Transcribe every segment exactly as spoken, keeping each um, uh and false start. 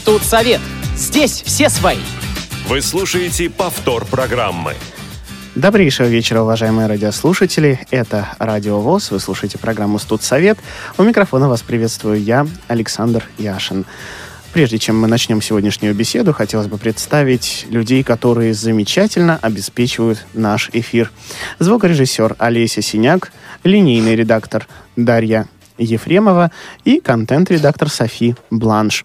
Студсовет. Здесь все свои. Вы слушаете повтор программы. Добрейшего вечера, уважаемые радиослушатели. Это Радио ВОС. Вы слушаете программу «Студсовет». У микрофона вас приветствую я, Александр Яшин. Прежде чем мы начнем сегодняшнюю беседу, хотелось бы представить людей, которые замечательно обеспечивают наш эфир. Звукорежиссер Олеся Синяк, линейный редактор Дарья Ефремова и контент-редактор Софи Бланш.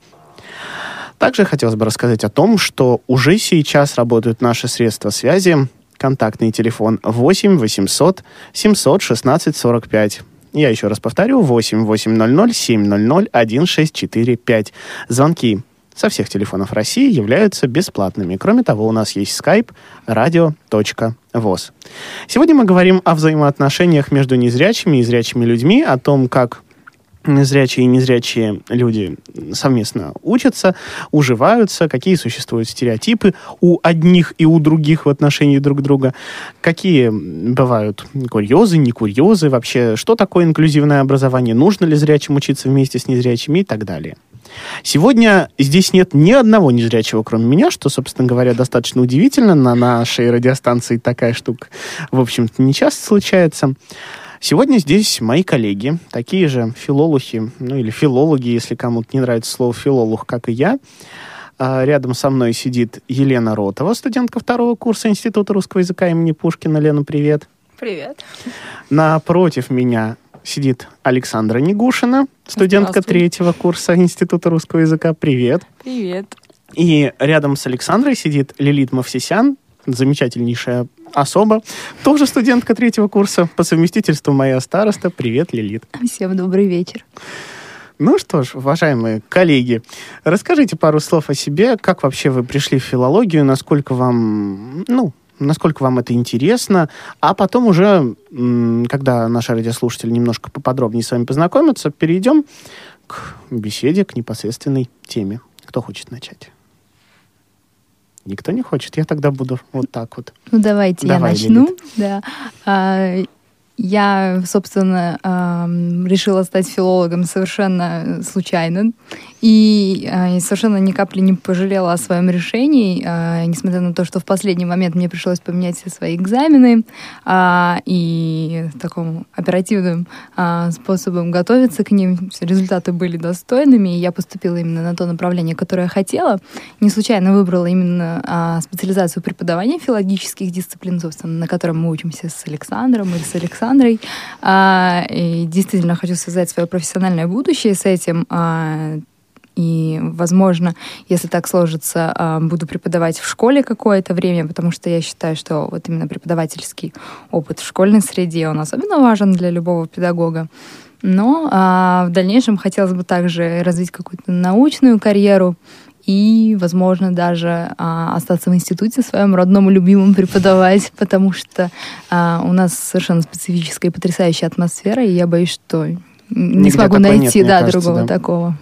Также хотелось бы рассказать о том, что уже сейчас работают наши средства связи. Контактный телефон восемь восемьсот семьсот шестнадцать сорок пять. Я еще раз повторю, восемь восемьсот семьсот один шесть четыре пять. Звонки со всех телефонов России являются бесплатными. Кроме того, у нас есть skype radio точка voz. Сегодня мы говорим о взаимоотношениях между незрячими и зрячими людьми, о том, как зрячие и незрячие люди совместно учатся, уживаются, какие существуют стереотипы у одних и у других в отношении друг друга, какие бывают курьезы, не курьезы, вообще, что такое инклюзивное образование, нужно ли зрячим учиться вместе с незрячими и так далее. Сегодня здесь нет ни одного незрячего, кроме меня, что, собственно говоря, достаточно удивительно. На нашей радиостанции такая штука, в общем-то, не часто случается. Сегодня здесь мои коллеги, такие же филологи, ну или филологи, если кому-то не нравится слово «филолог», как и я. А рядом со мной сидит Елена Ротова, студентка второго курса Института русского языка имени Пушкина. Лена, привет. Привет. Напротив меня сидит Александра Негушина, студентка третьего курса Института русского языка. Привет. Привет. И рядом с Александрой сидит Лилит Мовсисян, замечательнейшая особа, тоже студентка третьего курса, по совместительству моя староста. Привет, Лилит. Всем добрый вечер. Ну что ж, уважаемые коллеги, расскажите пару слов о себе, как вообще вы пришли в филологию, насколько вам, ну, насколько вам это интересно, а потом уже, когда наши радиослушатели немножко поподробнее с вами познакомятся, перейдем к беседе, к непосредственной теме. Кто хочет начать? Никто не хочет? Я тогда буду вот так вот. Ну, давайте Давай, я начну. Лилит. Да. А, я, собственно, а, решила стать филологом совершенно случайно. И а, совершенно ни капли не пожалела о своем решении, а, несмотря на то, что в последний момент мне пришлось поменять все свои экзамены а, и таким оперативным а, способом готовиться к ним. Результаты были достойными, и я поступила именно на то направление, которое я хотела. Не случайно выбрала именно а, специализацию преподавания филологических дисциплин, собственно, на котором мы учимся с Александром или с Александрой. А, и действительно хочу связать свое профессиональное будущее с этим. А, И, возможно, если так сложится, буду преподавать в школе какое-то время, потому что я считаю, что вот именно преподавательский опыт в школьной среде, он особенно важен для любого педагога. Но а, в дальнейшем хотелось бы также развить какую-то научную карьеру и, возможно, даже а, остаться в институте своем родном и любимом преподавать, потому что а, у нас совершенно специфическая и потрясающая атмосфера, и я боюсь, что не Нигде смогу найти нет, да, кажется, другого да. такого.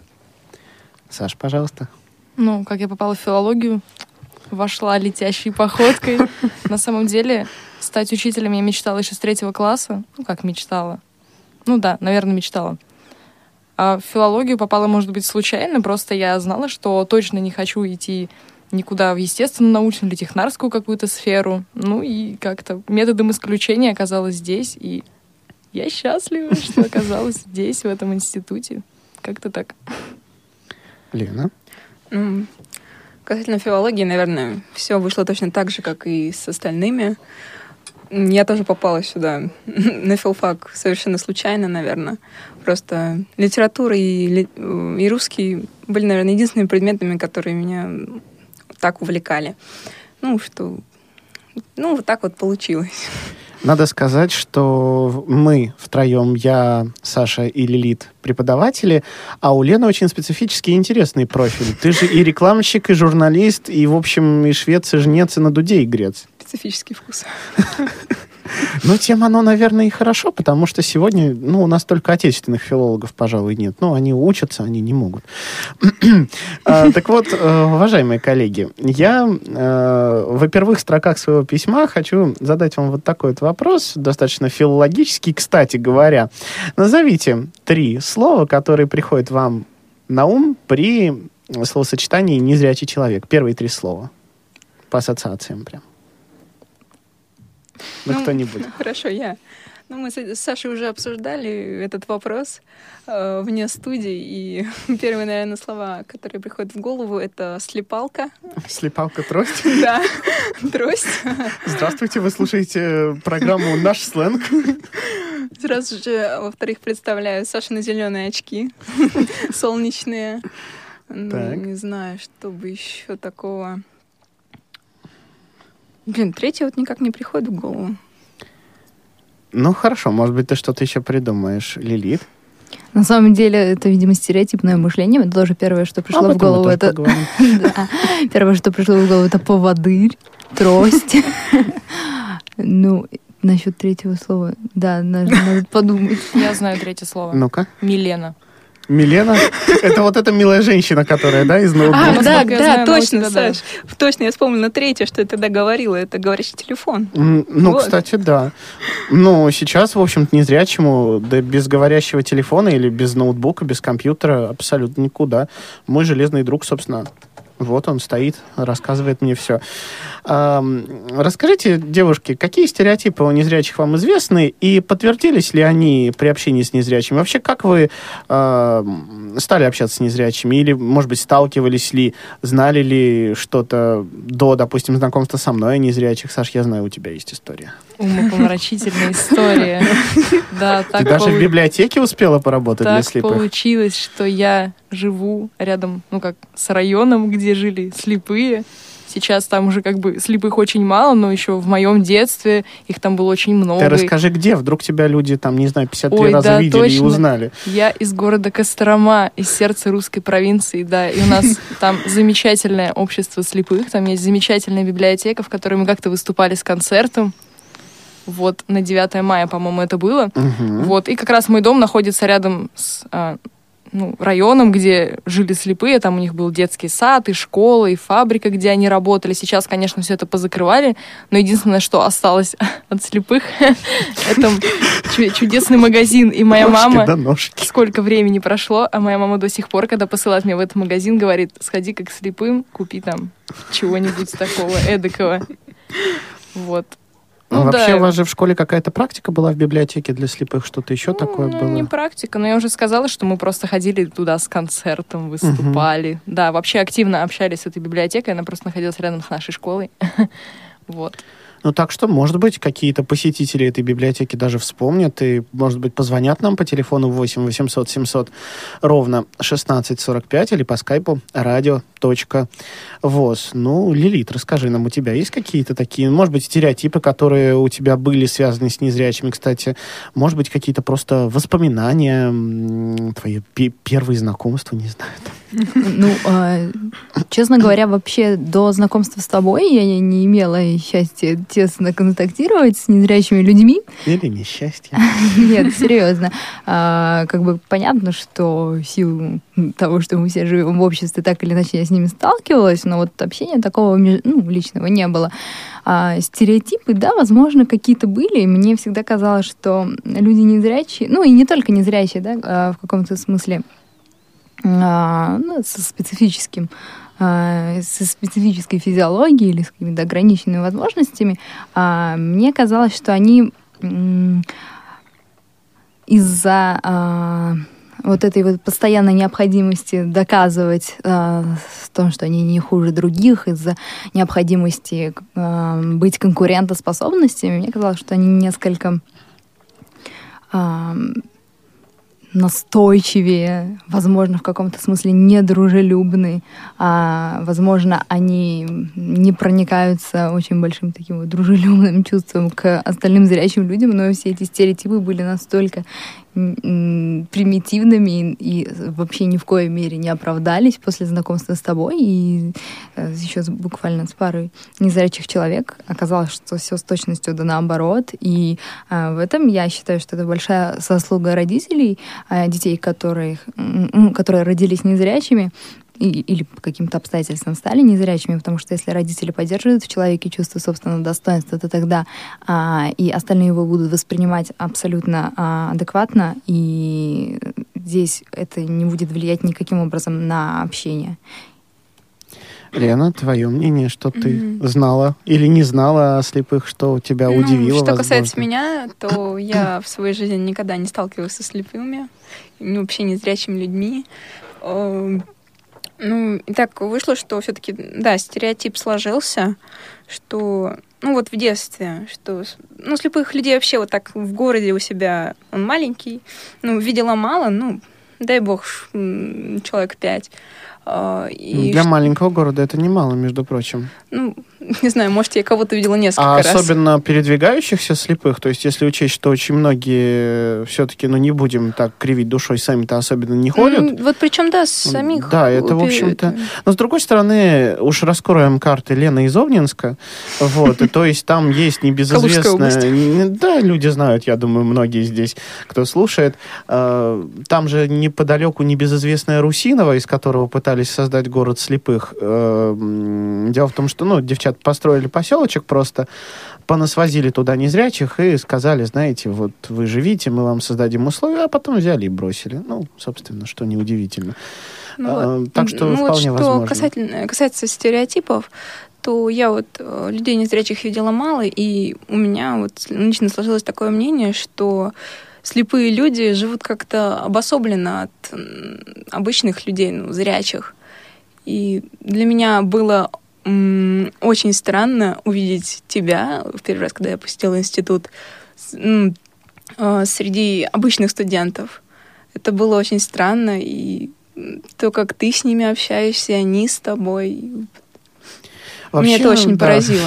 Саш, пожалуйста. Ну, как я попала в филологию, вошла летящей походкой. На самом деле, стать учителем я мечтала еще с третьего класса. Ну, как мечтала? Ну да, наверное, мечтала. А в филологию попала, может быть, случайно. Просто я знала, что точно не хочу идти никуда в естественно-научную или технарскую какую-то сферу. Ну и как-то методом исключения оказалась здесь. И я счастлива, что оказалась здесь, в этом институте. Как-то так. Лена? Ну, касательно филологии, наверное, все вышло точно так же, как и с остальными. Я тоже попала сюда на филфак совершенно случайно, наверное. Просто литература и, и русский были, наверное, единственными предметами, которые меня так увлекали. Ну, что... Ну, вот так вот получилось. Надо сказать, что мы втроем, я, Саша и Лилит, преподаватели, а у Лены очень специфический и интересный профиль. Ты же и рекламщик, и журналист, и, в общем, и швец, и жнец, и на дуде игрец. Специфический вкус. Ну, тем оно, наверное, и хорошо, потому что сегодня, ну, у нас только отечественных филологов, пожалуй, нет. Ну, они учатся, они не могут. Так вот, уважаемые коллеги, я в первых строках своего письма хочу задать вам вот такой вот вопрос, достаточно филологический, кстати говоря. Назовите три слова, которые приходят вам на ум при словосочетание «незрячий человек». Первые три слова. По ассоциациям прям. Ну, Ну, кто-нибудь. Хорошо, я. Ну, мы с Сашей уже обсуждали этот вопрос э, вне студии, и первые, наверное, слова, которые приходят в голову, это «слепалка». Слепалка, трость. Да, трость. Здравствуйте, вы слушаете программу «Наш сленг». Сразу же, во-вторых, представляю Сашины зеленые очки, солнечные. Ну, Так. не знаю, что бы еще такого. Блин, третье вот никак не приходит в голову. Ну, хорошо, может быть, ты что-то еще придумаешь, Лилит. На самом деле, это, видимо, стереотипное мышление. Это тоже первое, что пришло Об в этом мы голову. тоже Это поговорим. Да. Первое, что пришло в голову, это поводырь, трость. Ну, насчет третьего слова, да, надо, надо подумать. Я знаю третье слово. Ну-ка. Милена. Милена? Это вот эта милая женщина, которая, да, из ноутбука? А, насколько да, я да, знаю, она у точно, тебя, да. Саш. Точно, я вспомнила третье, что я тогда говорила. Это говорящий телефон. М, Ну, Вот. кстати, да. Ну, сейчас, в общем-то, незрячему, да без говорящего телефона или без ноутбука, без компьютера абсолютно никуда. Мой железный друг, собственно, вот он стоит, рассказывает мне все. Расскажите, девушки, какие стереотипы у незрячих вам известны, и подтвердились ли они при общении с незрячими? Вообще, как вы а, стали общаться с незрячими? Или, может быть, сталкивались ли, знали ли что-то до, допустим, знакомства со мной о незрячих? Саш, я знаю, у тебя есть история. Умопомрачительная история. Да, так Ты даже в полу- библиотеке успела поработать для так слепых? получилось, что я живу рядом, ну как, с районом, где жили слепые. Сейчас там уже как бы слепых очень мало, но еще в моем детстве их там было очень много. Ты расскажи, где? Вдруг тебя люди, там, не знаю, пятьдесят три Ой, раза да, видели и точно. узнали. Я из города Кострома, из сердца русской провинции, да, и у нас там замечательное общество слепых, там есть замечательная библиотека, в которой мы как-то выступали с концертом. Вот, на девятое мая, по-моему, это было. Мгм. Вот, и как раз мой дом находится рядом с а, ну, районом, где жили слепые. Там у них был детский сад, и школа, и фабрика, где они работали. Сейчас, конечно, все это позакрывали, но единственное, что осталось от слепых, это чу- чудесный магазин. И моя Ножки мама... да ножки. Сколько времени прошло, а моя мама до сих пор, когда посылает меня в этот магазин, говорит, сходи как слепым, купи там чего-нибудь такого эдакого. Вот. Ну, вообще, да. у вас же в школе какая-то практика была в библиотеке для слепых? Что-то еще такое Ну, было? не практика, но я уже сказала, что мы просто ходили туда с концертом, выступали. Да, вообще активно общались с этой библиотекой, она просто находилась рядом с нашей школой. Вот. Ну, так что, может быть, какие-то посетители этой библиотеки даже вспомнят и, может быть, позвонят нам по телефону восемь восемьсот семьсот ровно шестнадцать сорок пять или по скайпу радио.воз. Ну, Лилит, расскажи нам, у тебя есть какие-то такие, может быть, стереотипы, которые у тебя были связаны с незрячими, кстати? Может быть, какие-то просто воспоминания, м, твои пе- первые знакомства, не знаю. там. Ну, э, честно говоря, вообще до знакомства с тобой я не имела счастья тесно контактировать с незрячими людьми. Или несчастье. Нет, серьезно. А, как бы понятно, что в силу того, что мы все живем в обществе, так или иначе я с ними сталкивалась, но вот общения такого меж- ну, личного не было. А стереотипы, да, возможно, какие-то были. И мне всегда казалось, что люди незрячие, ну и не только незрячие, да, а в каком-то смысле, а, ну, со специфическим, а, со специфической физиологией или с какими-то ограниченными возможностями, а, мне казалось, что они м, из-за а, вот этой вот постоянной необходимости доказывать а, в том, что они не хуже других, из-за необходимости а, быть конкурентоспособностями, мне казалось, что они несколько а, настойчивее, возможно, в каком-то смысле недружелюбны, а, возможно, они не проникаются очень большим таким вот дружелюбным чувством к остальным зрячим людям, но все эти стереотипы были настолько м, примитивными и вообще ни в коей мере не оправдались после знакомства с тобой. И э, еще с- буквально с парой незрячих человек оказалось, что все с точностью да наоборот. И э, в этом я считаю, что это большая заслуга родителей, э, детей, которых, м, м, которые родились незрячими, и- или по каким-то обстоятельствам стали незрячими, потому что если родители поддерживают в человеке чувство собственного достоинства, то тогда а, и остальные его будут воспринимать абсолютно а, адекватно, и здесь это не будет влиять никаким образом на общение. Лена, твое мнение, что ты Mm-hmm. знала или не знала о слепых, что тебя Ну, удивило, что возможно? касается меня, то я в своей жизни никогда не сталкивалась со слепыми, ну, вообще незрячими людьми. Э, Ну, и так вышло, что все-таки, да, стереотип сложился, что, ну, вот в детстве, что, ну, слепых людей вообще вот так в городе у себя, он маленький, ну, видела мало, ну, дай бог, м, человек пять. А, и Для ш- маленького города это немало, между прочим. Ну, не знаю, может, я кого-то видела несколько А раз. особенно передвигающихся слепых, то есть если учесть, что очень многие все-таки, ну не будем так кривить душой, сами-то особенно не ходят. Ну, вот причем, да, самих... Да, это, в упе- общем-то... Но, с другой стороны, уж раскроем карты Лены из Овнинска, вот, и то есть там есть Калужская небезызвестная... н- Да, люди знают, я думаю, многие здесь, кто слушает. Э, Там же неподалеку небезызвестная Русинова, из которого пытались создать город слепых. Э, м, Дело в том, что, ну, девчата построили поселочек просто, понасвозили туда незрячих и сказали, знаете, вот вы живите, мы вам создадим условия, а потом взяли и бросили. Ну, собственно, что неудивительно. Ну, А, вот. так что Ну, вот вполне что возможно. касательно, касается стереотипов, то я вот э, людей незрячих видела мало, и у меня вот лично сложилось такое мнение, что слепые люди живут как-то обособленно от м, обычных людей, ну, зрячих. И для меня было м, очень странно увидеть тебя в первый раз, когда я посетила институт, с- м, э, среди обычных студентов. Это было очень странно, и м, то, как ты с ними общаешься, и они с тобой. Вообще, Меня это очень да. поразило.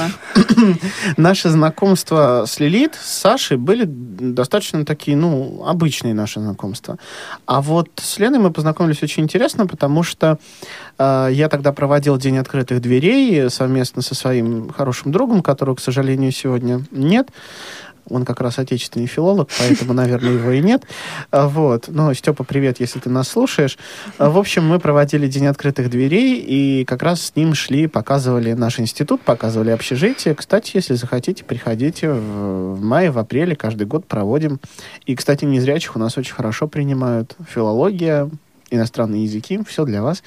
Наши знакомства с Лилит, с Сашей были достаточно такие, ну, обычные наши знакомства. А вот с Леной мы познакомились очень интересно, потому что э, я тогда проводил День открытых дверей совместно со своим хорошим другом, которого, к сожалению, сегодня нет. Он как раз отечественный филолог, поэтому, наверное, его и нет. А, Вот. Но, Степа, привет, если ты нас слушаешь. А, В общем, мы проводили День открытых дверей, и как раз с ним шли, показывали наш институт, показывали общежитие. Кстати, если захотите, приходите в, в мае, в апреле, каждый год проводим. И, кстати, незрячих у нас очень хорошо принимают. Филология, иностранные языки, все для вас.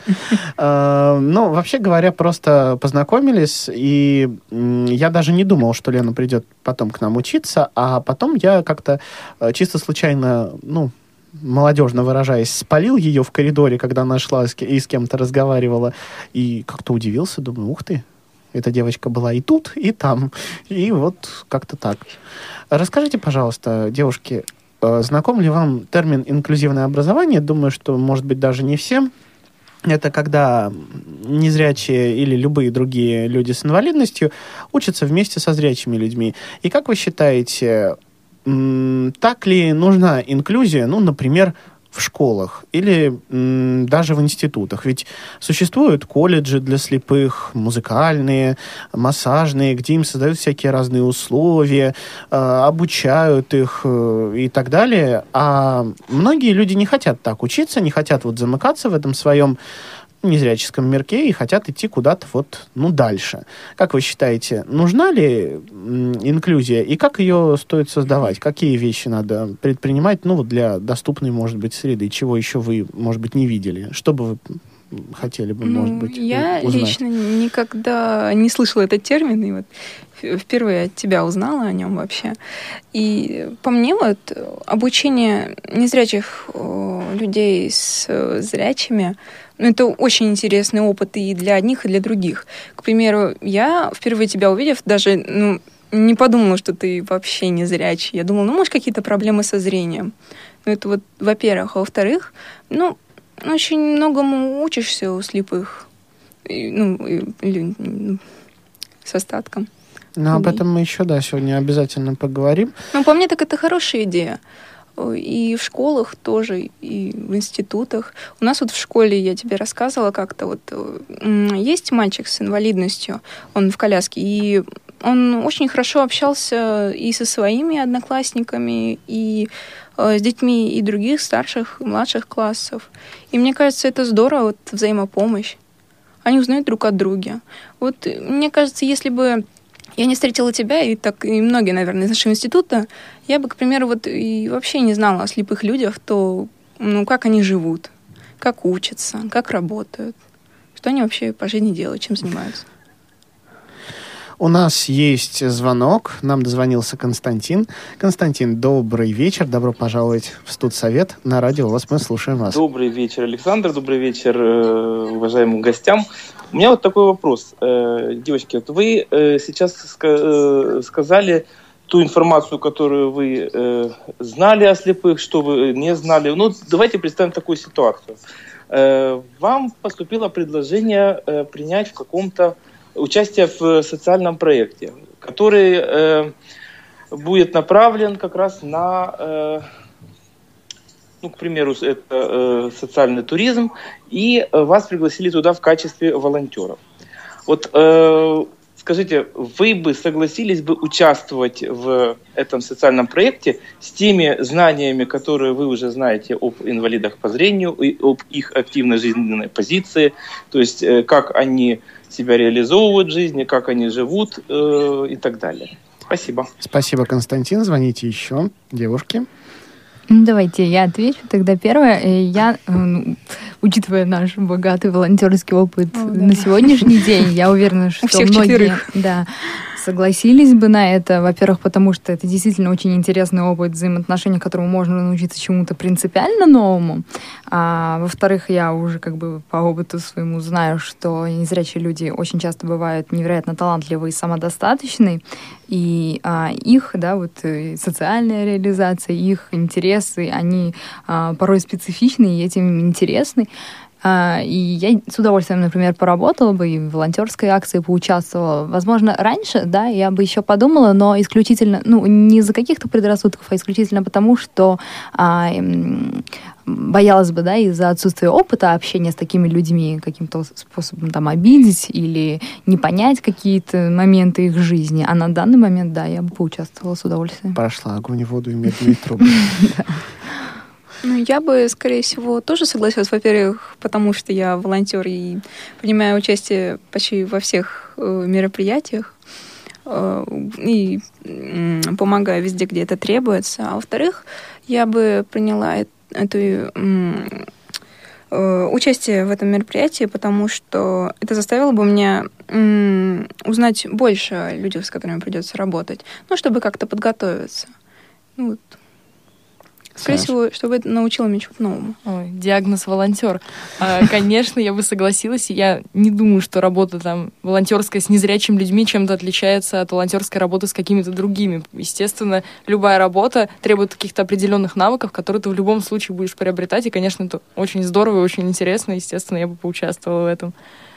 А, Ну, вообще говоря, просто познакомились, и м, я даже не думал, что Лена придет потом к нам учиться, а потом я как-то э, чисто случайно, ну, молодежно выражаясь, спалил ее в коридоре, когда она шла с ке- и с кем-то разговаривала, и как-то удивился, думаю, ух ты, эта девочка была и тут, и там, и вот как-то так. Расскажите, пожалуйста, девушки, э, знаком ли вам термин «инклюзивное образование»? Думаю, что, может быть, даже не всем. Это когда незрячие или любые другие люди с инвалидностью учатся вместе со зрячими людьми. И как вы считаете, м, так ли нужна инклюзия, ну, например, в школах или м, даже в институтах? Ведь существуют колледжи для слепых, музыкальные, массажные, где им создают всякие разные условия, э, обучают их э, и так далее. А многие люди не хотят так учиться, не хотят вот замыкаться в этом своем незряческом мирке и хотят идти куда-то вот, ну, дальше. Как вы считаете, нужна ли м, инклюзия и как ее стоит создавать? Какие вещи надо предпринимать, ну, вот для доступной, может быть, среды? Чего еще вы, может быть, не видели? Что бы вы хотели бы, может Ну, быть, я узнать? лично никогда не слышала этот термин, и вот впервые от тебя узнала о нем вообще. И по мне вот обучение незрячих э, людей с э, зрячими, ну, это очень интересный опыт и для одних, и для других. К примеру, я, впервые тебя увидев, даже ну, не подумала, что ты вообще не зрячий. Я думала, ну, может, какие-то проблемы со зрением. Ну, это вот, во-первых. А во-вторых, ну, очень многому учишься у слепых. И, ну, и- или ну, с остатком. Ну, об этом мы еще, да, сегодня обязательно поговорим. Ну, по мне, так это хорошая идея. И в школах тоже, и в институтах. У нас вот в школе, я тебе рассказывала как-то, вот м, есть мальчик с инвалидностью, он в коляске, и он очень хорошо общался и со своими одноклассниками, и э, с детьми и других старших, младших классов. И мне кажется, это здорово, вот взаимопомощь. Они узнают друг от друга. Вот э, мне кажется, если бы я не встретила тебя, и так и многие, наверное, из нашего института, я бы, к примеру, вот и вообще не знала о слепых людях, то ну, как они живут, как учатся, как работают, что они вообще по жизни делают, чем занимаются. У нас есть звонок. Нам дозвонился Константин. Константин, добрый вечер. Добро пожаловать в студсовет на радио ВОС. Мы слушаем вас. Добрый вечер, Александр. Добрый вечер, э, уважаемым гостям. У меня вот такой вопрос. Э, девочки, вот вы э, сейчас ска- э, сказали ту информацию, которую вы э, знали о слепых, что вы не знали. Ну, давайте представим такую ситуацию. Э, вам поступило предложение э, принять в каком-то участие в социальном проекте, который э, будет направлен как раз на, э, ну, к примеру, это э, социальный туризм, и вас пригласили туда в качестве волонтеров. Вот э, скажите, вы бы согласились бы участвовать в этом социальном проекте с теми знаниями, которые вы уже знаете об инвалидах по зрению и об их активной жизненной позиции, то есть э, как они себя реализовывают в жизни, как они живут э, и так далее. Спасибо. Спасибо, Константин. Звоните еще, девушки. Давайте я отвечу. Тогда первое. Я, ну, учитывая наш богатый волонтерский опыт О, да. на сегодняшний день, я уверена, что многие да, согласились бы на это. Во-первых, потому что это действительно очень интересный опыт взаимоотношений, которому можно научиться чему-то принципиально новому. А, во-вторых, я уже как бы по опыту своему знаю, что незрячие люди очень часто бывают невероятно талантливые и самодостаточные. И а, их, да, вот социальная реализация, их интересы, они а, порой специфичны и этим интересны. А, и я с удовольствием, например, поработала бы и в волонтерской акции поучаствовала. Возможно, раньше, да, я бы еще подумала, но исключительно, ну, не из-за каких-то предрассудков, а исключительно потому, что а, боялась бы, да, из-за отсутствия опыта общения с такими людьми каким-то способом там обидеть или не понять какие-то моменты их жизни. А на данный момент, да, я бы поучаствовала с удовольствием. Прошла огонь и воду и медные трубы. Ну, я бы, скорее всего, тоже согласилась, во-первых, потому что я волонтер и принимаю участие почти во всех э, мероприятиях э, и э, помогаю везде, где это требуется. А во-вторых, я бы приняла э- эту э, э, участие в этом мероприятии, потому что это заставило бы меня э, узнать больше о людях, с которыми придется работать, ну, чтобы как-то подготовиться. Ну, вот. Скорее Саш. всего, чтобы это научило меня чему-то новому. Ой, диагноз волонтер. А, конечно, я бы согласилась. Я не думаю, что работа там волонтерская с незрячими людьми чем-то отличается от волонтерской работы с какими-то другими. Естественно, любая работа требует каких-то определенных навыков, которые ты в любом случае будешь приобретать. И, конечно, это очень здорово и очень интересно. Естественно, я бы поучаствовала в этом.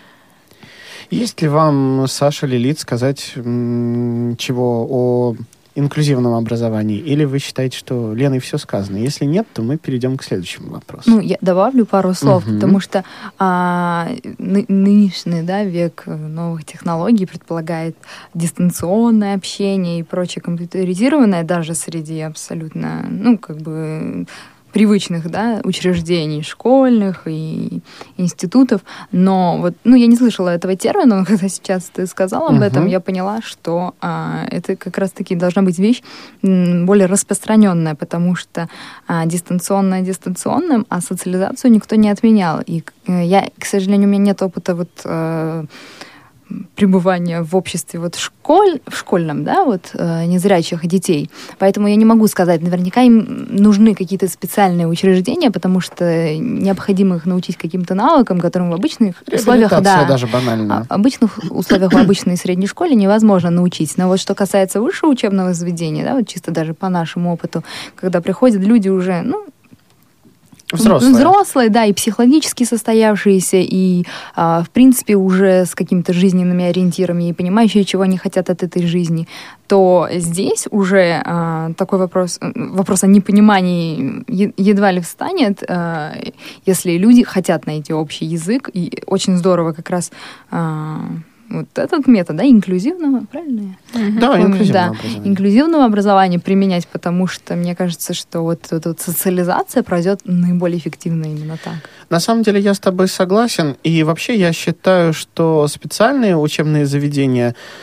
Есть ли вам, Саша, Лилит, сказать м- чего о инклюзивном образовании? Или вы считаете, что Леной все сказано? Если нет, то мы перейдем к следующему вопросу. Ну, я добавлю пару слов, угу. потому что а, ны- нынешний, да, век новых технологий предполагает дистанционное общение и прочее компьютеризированное даже среди абсолютно, ну, как бы привычных, да, учреждений, школьных и институтов, но вот, ну, я не слышала этого термина, но когда сейчас ты сказала об uh-huh. этом, я поняла, что а, это как раз-таки должна быть вещь м, более распространенная, потому что а, дистанционное дистанционным, а социализацию никто не отменял. И э, я, к сожалению, у меня нет опыта вот э, пребывания в обществе вот школь, в школьном, да, вот э, незрячих детей. Поэтому я не могу сказать, наверняка им нужны какие-то специальные учреждения, потому что необходимо их научить каким-то навыкам, которым в обычных условиях, да, даже банально. В обычных условиях в обычной средней школе невозможно научить. Но вот что касается высшего учебного заведения, да, вот чисто даже по нашему опыту, когда приходят люди уже, ну, Взрослые. Взрослые, да, и психологически состоявшиеся, и, а, в принципе, уже с какими-то жизненными ориентирами, и понимающие, чего они хотят от этой жизни, то здесь уже а, такой вопрос, вопрос о непонимании едва ли встанет, а, если люди хотят найти общий язык, и очень здорово как раз а, вот этот метод, да, инклюзивного, правильно? Да, инклюзивного да, образования. инклюзивного образования применять, потому что мне кажется, что вот эта вот социализация пройдет наиболее эффективно именно так. На самом деле я с тобой согласен, и вообще я считаю, что специальные учебные заведения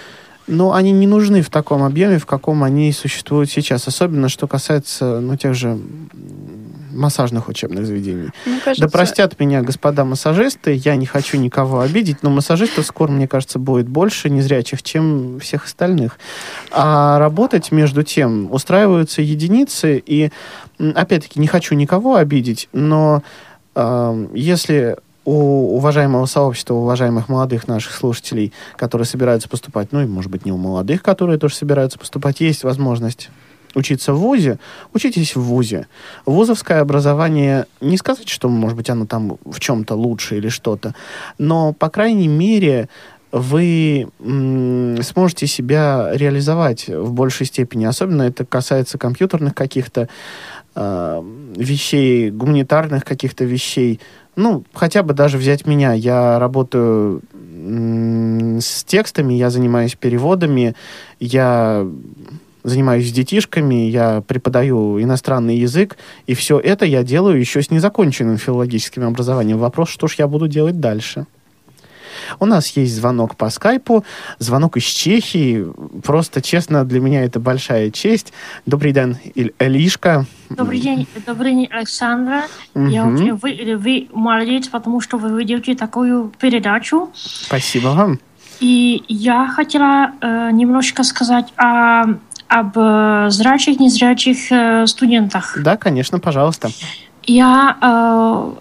но они не нужны в таком объеме, в каком они существуют сейчас. Особенно, что касается, ну, тех же массажных учебных заведений. Кажется... Да простят меня господа массажисты, я не хочу никого обидеть, но массажистов скоро, мне кажется, будет больше незрячих, чем всех остальных. А работать, между тем, устраиваются единицы, и, опять-таки, не хочу никого обидеть, но э, если у уважаемого сообщества, у уважаемых молодых наших слушателей, которые собираются поступать, ну и, может быть, не у молодых, которые тоже собираются поступать, есть возможность учиться в вузе, учитесь в вузе. Вузовское образование, не сказать, что, может быть, оно там в чем-то лучше или что-то, но, по крайней мере, вы м- сможете себя реализовать в большей степени. Особенно это касается компьютерных каких-то э, вещей, гуманитарных каких-то вещей. Ну, хотя бы даже взять меня. Я работаю м- с текстами, я занимаюсь переводами, я занимаюсь с детишками, я преподаю иностранный язык, и все это я делаю еще с незаконченным филологическим образованием. Вопрос, что ж я буду делать дальше? У нас есть звонок по скайпу, звонок из Чехии. Просто, честно, для меня это большая честь. Добрый день, Элишка. Добрый день, добрый день, Александра. Угу. Я очень, вы, вы молодец, потому что вы ведете такую передачу. Спасибо вам. И я хотела э, немножко сказать о, об э, зрячих, незрячих э, студентах. Да, конечно, пожалуйста. Я э,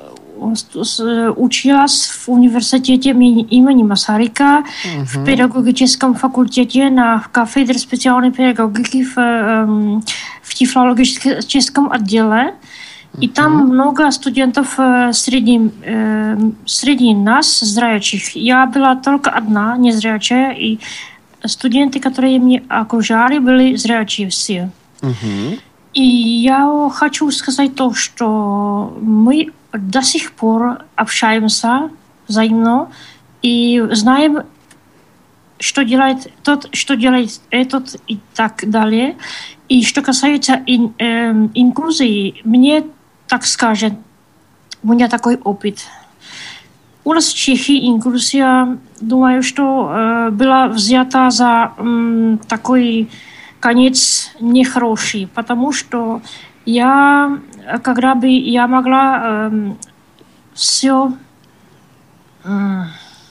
училась в университете имени Масарика, угу. в педагогическом факультете на кафедре специальной педагогики в, э, в тифлологическом отделе. И uh-huh. там много студентов э, среди, э, среди нас, зрячих. Я была только одна, незрячая, и студенты, которые меня окружали, были зрячие все. Uh-huh. И я хочу сказать то, что мы до сих пор общаемся взаимно и знаем, что делает тот, что делает этот и так далее. И что касается ин, э, инклюзии, мне так скажем, у меня такой опыт. У нас в Чехии инклюзия, думаю, что э, была взята за э, такой конец нехороший, потому что я, когда бы я могла э, все э,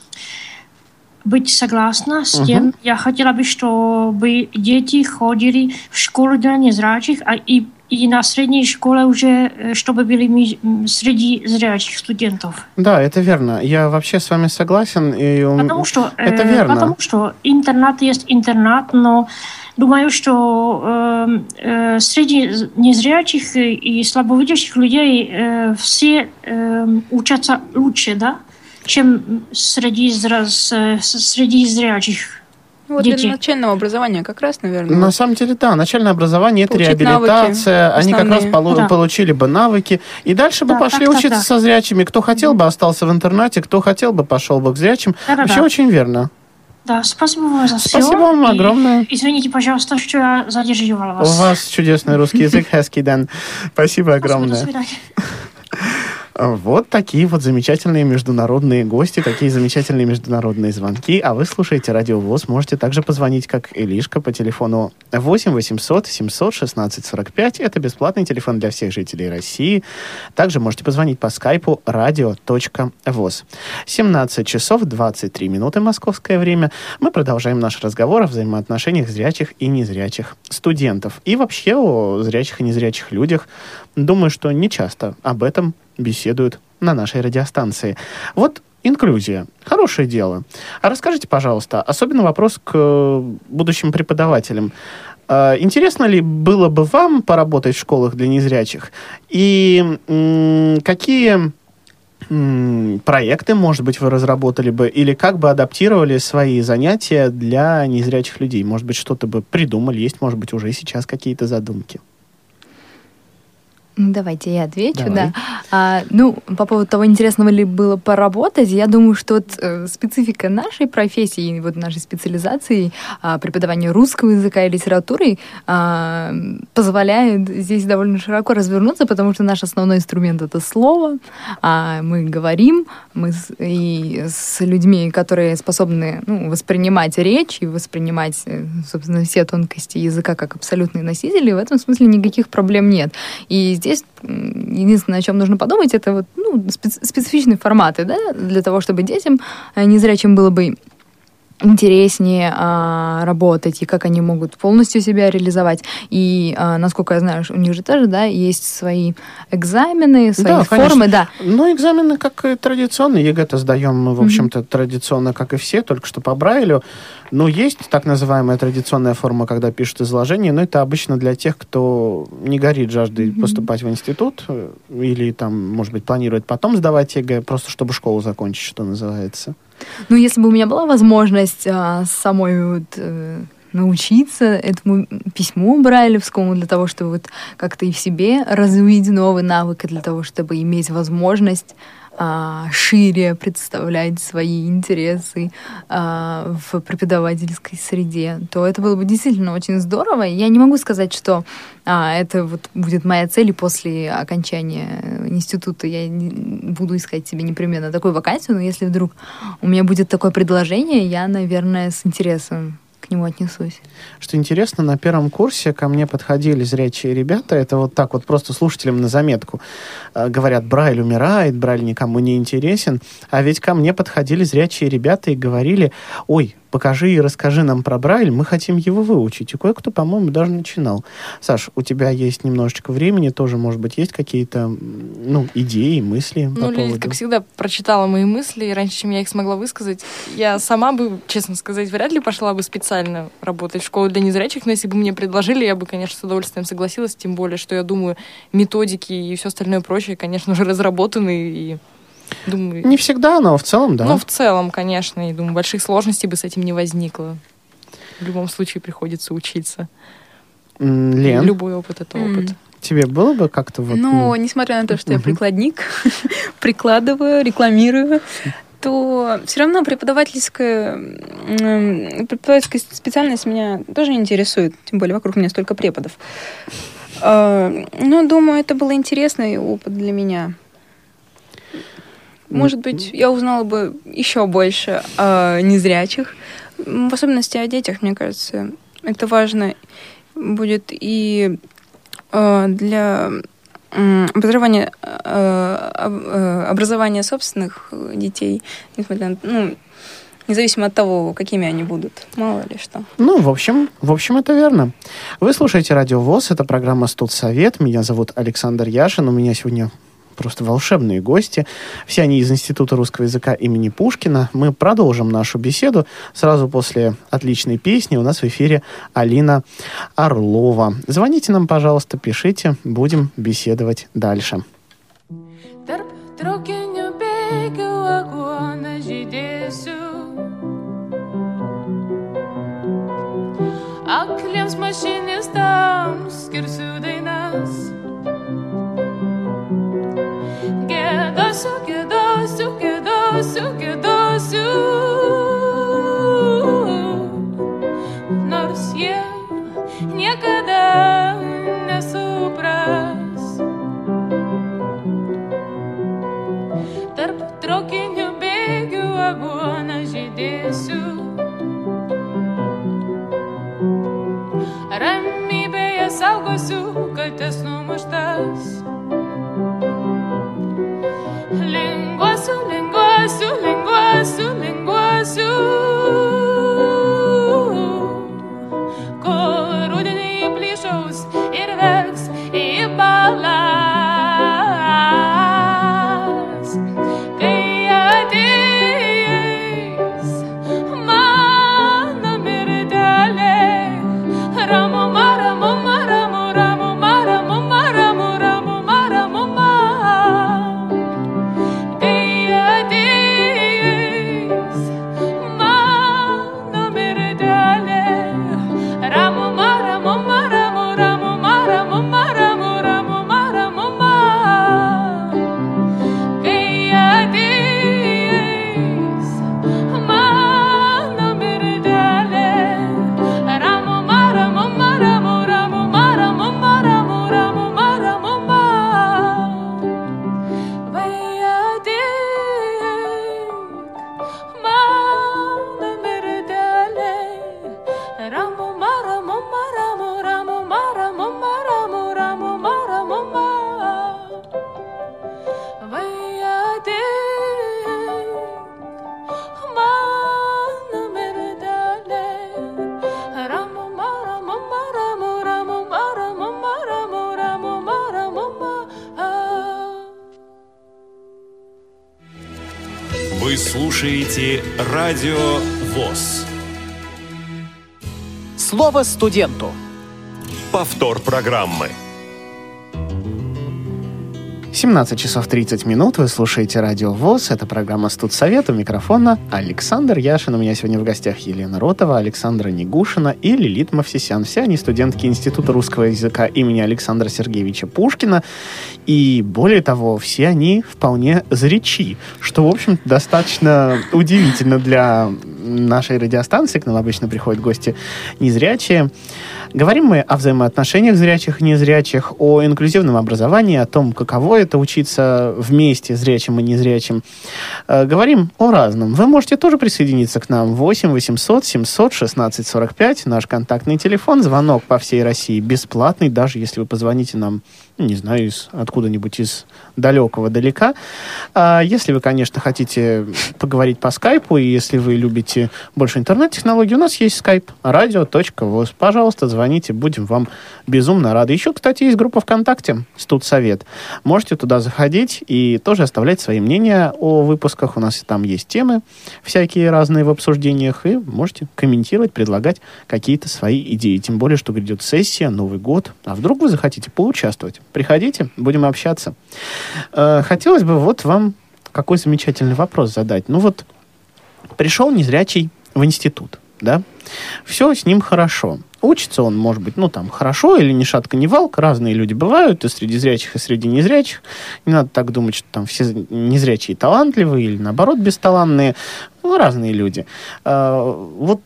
быть согласна с тем, uh-huh. я хотела бы, чтобы дети ходили в школу для незрячих, а и И на средней школе уже, чтобы были среди зрячих студентов. Да, это верно. Я вообще с вами согласен. И потому что, это э, верно. Потому что интернат есть интернат, но думаю, что э, э, среди незрячих и слабовидящих людей э, все э, учатся лучше, да, чем среди, среди зрячих. Вот Дети. Для начального образования как раз, наверное. На самом деле, да. Начальное образование – это Получить реабилитация. Навыки Они основные. как раз полу- да. получили бы навыки. И дальше да, бы пошли так, учиться так, со зрячими. Кто хотел бы, остался в интернате. Кто хотел бы, пошел бы к зрячим. Да, да, Вообще да. очень верно. Да, спасибо вам за все. Спасибо вам И огромное. Извините, пожалуйста, что я задерживала вас. У вас чудесный русский язык, Хэски Дэн. Спасибо огромное. До свидания. Вот такие вот замечательные международные гости, такие замечательные международные звонки. А вы слушаете Радио ВОС. Можете также позвонить, как Элишка, по телефону восемь восемьсот семьсот шестнадцать сорок пять. Это бесплатный телефон для всех жителей России. Также можете позвонить по скайпу радио точка вос. семнадцать часов двадцать три минуты московское время. Мы продолжаем наш разговор о взаимоотношениях зрячих и незрячих студентов. И вообще о зрячих и незрячих людях. Думаю, что не часто об этом беседуют на нашей радиостанции. Вот инклюзия. Хорошее дело. А расскажите, пожалуйста, особенно вопрос к будущим преподавателям. Интересно ли было бы вам поработать в школах для незрячих? И м- какие м- проекты, может быть, вы разработали бы? Или как бы адаптировали свои занятия для незрячих людей? Может быть, что-то бы придумали? Есть, может быть, уже сейчас какие-то задумки? Давайте я отвечу, Давай. да. А, ну, по поводу того, интересного ли было поработать, я думаю, что вот, э, специфика нашей профессии, вот нашей специализации, а, преподавания русского языка и литературы а, позволяет здесь довольно широко развернуться, потому что наш основной инструмент — это слово. А мы говорим, мы с, и с людьми, которые способны, ну, воспринимать речь и воспринимать, собственно, все тонкости языка как абсолютные носители, в этом смысле никаких проблем нет. И здесь Здесь единственное, о чем нужно подумать, это вот, ну, специ- специфичные форматы, да, для того, чтобы детям незрячим было бы интереснее а, работать, и как они могут полностью себя реализовать. И, а, насколько я знаю, у них же тоже, да, есть свои экзамены, свои Да, формы, конечно. да. Ну, экзамены как и традиционные. ЕГЭ-то сдаем мы, в общем-то, mm-hmm. традиционно, как и все, только что по Брайлю. Но есть так называемая традиционная форма, когда пишут изложение, но это обычно для тех, кто не горит жаждой mm-hmm. поступать в институт или, там, может быть, планирует потом сдавать ЕГЭ, просто чтобы школу закончить, что называется. Ну, если бы у меня была возможность а, самой вот, э, научиться этому письму брайлевскому для того, чтобы вот как-то и в себе развить новый навык, и для того, чтобы иметь возможность а, шире представлять свои интересы а, в преподавательской среде, то это было бы действительно очень здорово. Я не могу сказать, что а, это вот будет моя цель, и после окончания института я буду искать себе непременно такую вакансию, но если вдруг у меня будет такое предложение, я, наверное, с интересом к нему отнесусь. Что интересно, на первом курсе ко мне подходили зрячие ребята, это вот так вот просто слушателям на заметку, э, говорят, Брайль умирает, Брайль никому не интересен, а ведь ко мне подходили зрячие ребята и говорили, ой, покажи и расскажи нам про Брайль, мы хотим его выучить. И кое-кто, по-моему, даже начинал. Саш, у тебя есть немножечко времени, тоже, может быть, есть какие-то, ну, идеи, мысли ну, по поводу? Лилит, как всегда, прочитала мои мысли, и раньше, чем я их смогла высказать. Я сама бы, честно сказать, вряд ли пошла бы специально работать в школу для незрячих, но если бы мне предложили, я бы, конечно, с удовольствием согласилась, тем более, что я думаю, методики и все остальное прочее, конечно, уже разработаны, и думаю... Не всегда, но в целом, да. Ну, в целом, конечно, и думаю, больших сложностей бы с этим не возникло. В любом случае приходится учиться. Лен? Любой опыт — это опыт. Тебе было бы как-то вот... Ну, ну... несмотря на то, что я прикладник, прикладываю, рекламирую, то все равно преподавательская, преподавательская специальность меня тоже интересует, тем более вокруг меня столько преподов. Но, думаю, это был интересный опыт для меня. Может быть, я узнала бы еще больше о незрячих, в особенности о детях, мне кажется. Это важно будет и для образования, образования собственных детей, несмотря на, ну, независимо от того, какими они будут. Мало ли что. Ну, в общем, в общем, это верно. Вы слушаете Радио ВОС, это программа «Студсовет». Меня зовут Александр Яшин. У меня сегодня просто волшебные гости. Все они из Института русского языка имени Пушкина. Мы продолжим нашу беседу сразу после отличной песни. У нас в эфире Алина Орлова. Звоните нам, пожалуйста, пишите. Будем беседовать дальше. Gėdosiu, gėdosiu, gėdosiu, gėdosiu, nors jie niekada nesupras. Tarp traukinių bėgių aguoną žydėsiu, ramybėje saugosiu, kaltes numuštas. Linguosiu, linguosiu, linguosiu, linguosiu, kol rudenį plyšaus ir verks į balas. Kai ateis mano mirtelė, ramu, ramu, ramu, ramu, ramu, ramu, ramu, ramu, слушаете Радио ВОС. Слово студенту. Повтор программы. семнадцать часов тридцать минут. Вы слушаете Радио ВОС. Это программа «Студсовет». У микрофона Александр Яшин. У меня сегодня в гостях Елена Ротова, Александра Негушина и Лилит Мовсисян. Все они студентки Института русского языка имени Александра Сергеевича Пушкина. И более того, все они вполне зрячи, что, в общем-то, достаточно удивительно для нашей радиостанции. К нам обычно приходят гости незрячие. Говорим мы о взаимоотношениях зрячих и незрячих, о инклюзивном образовании, о том, каково это учиться вместе зрячим и незрячим. Э, говорим о разном. Вы можете тоже присоединиться к нам. восемь восемьсот семьсот шестнадцать сорок пять. Наш контактный телефон. Звонок по всей России бесплатный, даже если вы позвоните нам, не знаю, из, откуда-нибудь из далекого далека. А если вы, конечно, хотите поговорить по скайпу, и если вы любите больше интернет-технологий, у нас есть скайп радио точка вос. Пожалуйста, звоните, будем вам безумно рады. Еще, кстати, есть группа ВКонтакте «Студсовет». Можете туда заходить и тоже оставлять свои мнения о выпусках. У нас там есть темы всякие разные в обсуждениях, и можете комментировать, предлагать какие-то свои идеи. Тем более, что грядет сессия, Новый год. А вдруг вы захотите поучаствовать? Приходите, будем общаться. Хотелось бы вот вам какой замечательный вопрос задать. Ну вот, пришел незрячий в институт, да? Все с ним хорошо. Учится он, может быть, ну, там, хорошо или ни шатка, ни валка. Разные люди бывают и среди зрячих, и среди незрячих. Не надо так думать, что там все незрячие талантливые или, наоборот, бесталанные. Ну, разные люди. Вот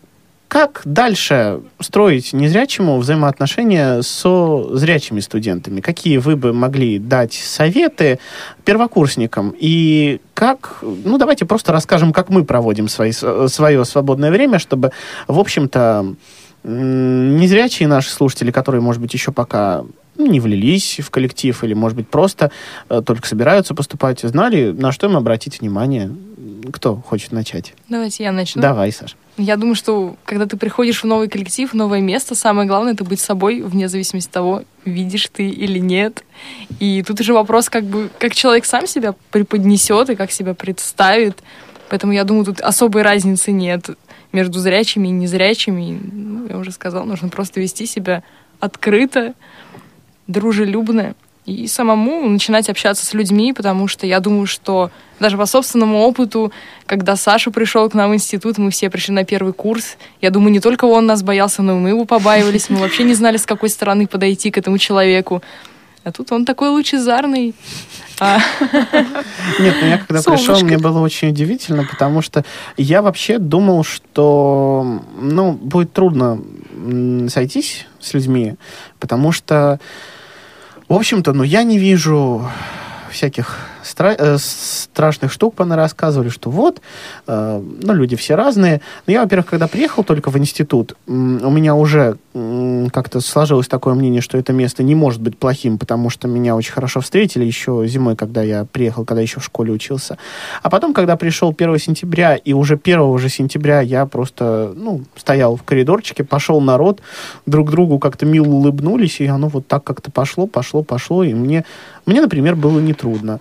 как дальше строить незрячему взаимоотношения со зрячими студентами? Какие вы бы могли дать советы первокурсникам? И как, ну, давайте просто расскажем, как мы проводим свои, свое свободное время, чтобы, в общем-то, незрячие наши слушатели, которые, может быть, еще пока не влились в коллектив или, может быть, просто только собираются поступать, знали, на что им обратить внимание. Кто хочет начать? Давайте я начну. Давай, Саш. Я думаю, что когда ты приходишь в новый коллектив, в новое место, самое главное — это быть собой, вне зависимости от того, видишь ты или нет. И тут уже вопрос, как бы, как человек сам себя преподнесет и как себя представит. Поэтому я думаю, тут особой разницы нет между зрячими и незрячими. Ну, я уже сказала, нужно просто вести себя открыто, дружелюбно и самому начинать общаться с людьми, потому что я думаю, что даже по собственному опыту, когда Саша пришел к нам в институт, мы все пришли на первый курс, я думаю, не только он нас боялся, но и мы его побаивались, мы вообще не знали, с какой стороны подойти к этому человеку. А тут он такой лучезарный. А... Нет, ну я когда Солнышко. пришел, мне было очень удивительно, потому что я вообще думал, что, ну, будет трудно сойтись с людьми, потому что, в общем-то, ну, я не вижу всяких стра- э, страшных штук понарассказывали, что вот, э, ну, люди все разные. Но я, во-первых, когда приехал только в институт, э, у меня уже э, как-то сложилось такое мнение, что это место не может быть плохим, потому что меня очень хорошо встретили еще зимой, когда я приехал, когда еще в школе учился. А потом, когда пришел первого сентября, и уже первого же сентября я просто, ну, стоял в коридорчике, пошел народ, друг другу как-то мило улыбнулись, и оно вот так как-то пошло, пошло, пошло, и мне, мне, например, было нетрудно.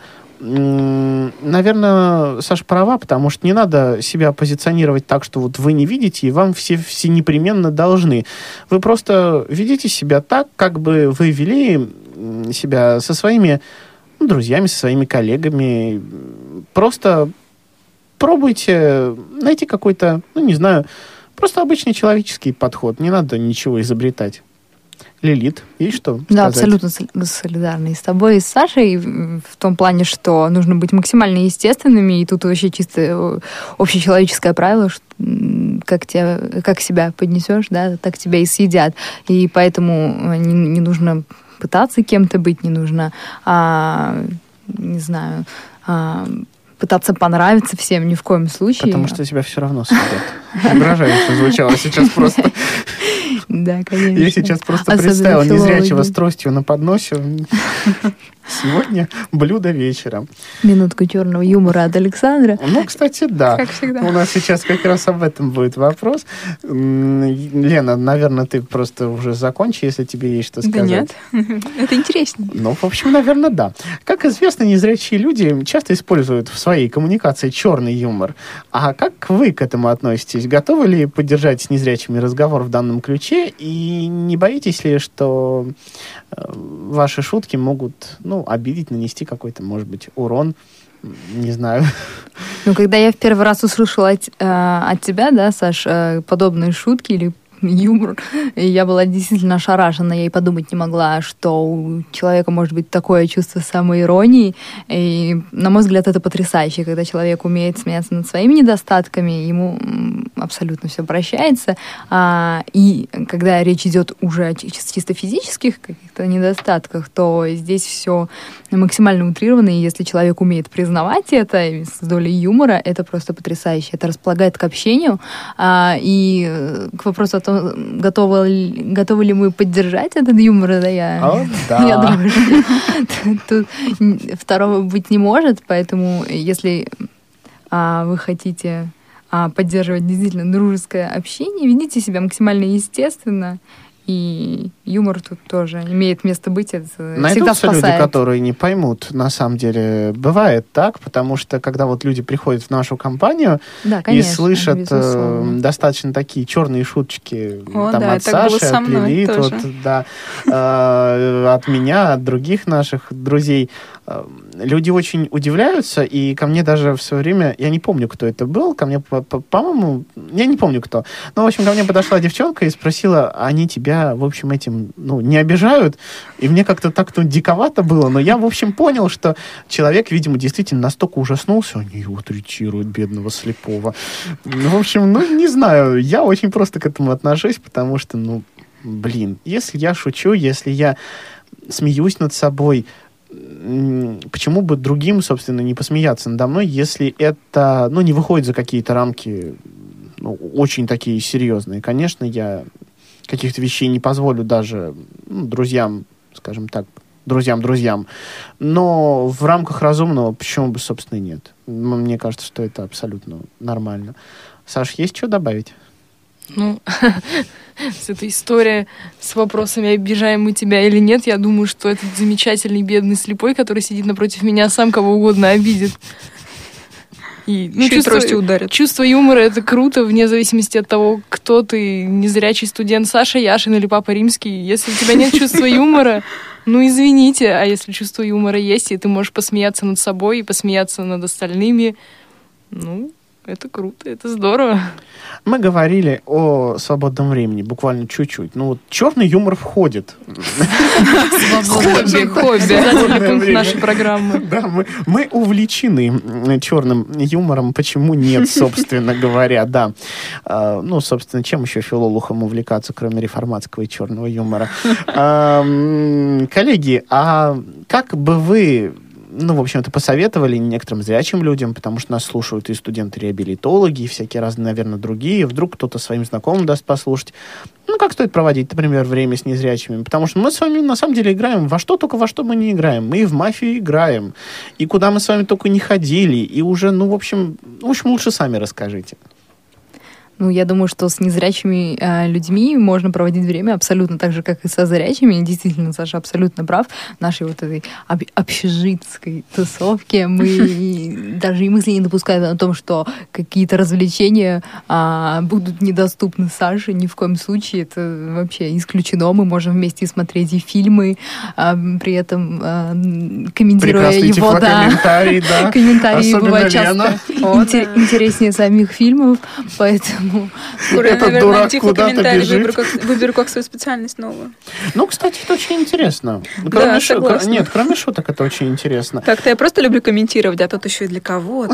Наверное, Саша права, потому что не надо себя позиционировать так, что вот вы не видите, и вам все, все непременно должны. Вы просто ведите себя так, как бы вы вели себя со своими, ну, друзьями, со своими коллегами. Просто пробуйте найти какой-то, ну, не знаю, просто обычный человеческий подход. Не надо ничего изобретать. Лилит, есть что сказать? Да, абсолютно солидарны с тобой и с Сашей в том плане, что нужно быть максимально естественными, и тут вообще чисто общечеловеческое правило, что как, тебя, как себя поднесешь, да, так тебя и съедят. И поэтому не, не нужно пытаться кем-то быть, не нужно, а, не знаю, а, пытаться понравиться всем ни в коем случае. Потому что тебя все равно съедят. Угрожающе звучало сейчас просто. Да, конечно. Я сейчас просто представил незрячего с тростью на подносе. Сегодня блюдо вечера. Минутку черного юмора от Александра. Ну, кстати, да. Как всегда. У нас сейчас как раз об этом будет вопрос. М, Лена, наверное, ты просто уже закончи, если тебе есть что Да сказать. нет, это интереснее. Ну, в общем, наверное, да. Как известно, незрячие люди часто используют в своей коммуникации черный юмор. А как вы к этому относитесь? Готовы ли поддержать с незрячими разговор в данном ключе? И не боитесь ли, что э, ваши шутки могут, ну, обидеть, нанести какой-то, может быть, урон? Не знаю. Ну, когда я в первый раз услышала от, э, от тебя, да, Саш, э, подобные шутки или юмор, и я была действительно ошарашена, я и подумать не могла, что у человека может быть такое чувство самоиронии, и, на мой взгляд, это потрясающе, когда человек умеет смеяться над своими недостатками, ему м, абсолютно все прощается, а, и когда речь идет уже о чи- чисто физических каких-то недостатках, то здесь все максимально утрировано, и если человек умеет признавать это и с долей юмора, это просто потрясающе, это располагает к общению, а, и э, к вопросу о том, готовы ли, готовы ли мы поддержать этот юмор, да, я, О, да. я думаю, что тут второго быть не может, поэтому если а, вы хотите а, поддерживать действительно дружеское общение, ведите себя максимально естественно, и юмор тут тоже имеет место быть, это всегда Найдутся люди, спасает. которые не поймут. На самом деле бывает так, потому что когда вот люди приходят в нашу компанию Да, и конечно, слышат э, безусловно. достаточно такие черные шуточки О, там, да, от так было Саши, со от мной Лилит, тоже. вот, да, э, от меня, от других наших друзей, э, люди очень удивляются, и ко мне даже в свое время, я не помню, кто это был, ко мне, по- по- по-моему, я не помню кто, но, в общем, ко мне подошла девчонка и спросила, они тебя, в общем, этим, ну, не обижают? И мне как-то так-то диковато было, но я, в общем, понял, что человек, видимо, действительно настолько ужаснулся, они его третируют, бедного слепого. Ну, в общем, ну, не знаю, я очень просто к этому отношусь, потому что, ну, блин, если я шучу, если я смеюсь над собой, м, почему бы другим, собственно, не посмеяться надо мной, если это, ну, не выходит за какие-то рамки, ну, очень такие серьезные. Конечно, я каких-то вещей не позволю даже, ну, друзьям, скажем так, друзьям-друзьям. Но в рамках разумного почему бы, собственно, и нет. М, Мне кажется, что это абсолютно нормально. Саш, есть что добавить? Ну, с этой историей с вопросами, обижаем мы тебя или нет, я думаю, что этот замечательный бедный слепой, который сидит напротив меня, сам кого угодно обидит. И, ну, Еще и чувство, тростью ударит. чувство юмора — это круто, вне зависимости от того, кто ты, незрячий студент Саша Яшин или Папа Римский. Если у тебя нет чувства юмора, ну, извините, а если чувство юмора есть, и ты можешь посмеяться над собой и посмеяться над остальными, ну, это круто, это здорово. Мы говорили о свободном времени, буквально чуть-чуть. Ну, вот черный юмор входит. Хобби, хобби, обязательный пункт нашей программы. Да, мы, мы увлечены м, черным юмором. Почему нет, собственно говоря, да. А, ну, собственно, чем еще филологам увлекаться, кроме реформатского и черного юмора? А, м, коллеги, а как бы вы, ну, в общем-то, посоветовали некоторым зрячим людям, потому что нас слушают и студенты-реабилитологи, и всякие разные, наверное, другие. Вдруг кто-то своим знакомым даст послушать. Ну, как стоит проводить, например, время с незрячими? Потому что мы с вами, на самом деле, играем во что только во что мы не играем. Мы и в мафию играем, и куда мы с вами только не ходили, и уже, ну, в общем, в общем, лучше сами расскажите. Ну, я думаю, что с незрячими э, людьми можно проводить время абсолютно так же, как и со зрячими. И действительно, Саша абсолютно прав. В нашей вот этой об- общежитской тусовке мы даже и мысли не допускаем о том, что какие-то развлечения а, будут недоступны Саше. Ни в коем случае. Это вообще исключено. Мы можем вместе смотреть и фильмы, а, при этом а, комментируя Прекрасный его, да. комментарий, да. Комментарии Особенно бывают часто Лена. интер- интереснее самих фильмов, поэтому Скоро я, Этот наверное, дурак типа куда-то комментарий бежит. выберу как, выберу как свою специальность новую. Ну, кстати, это очень интересно. Да, Кроме шу- согласна. Нет, кроме шуток, это очень интересно. Так-то я просто люблю комментировать, а тут еще и для кого-то.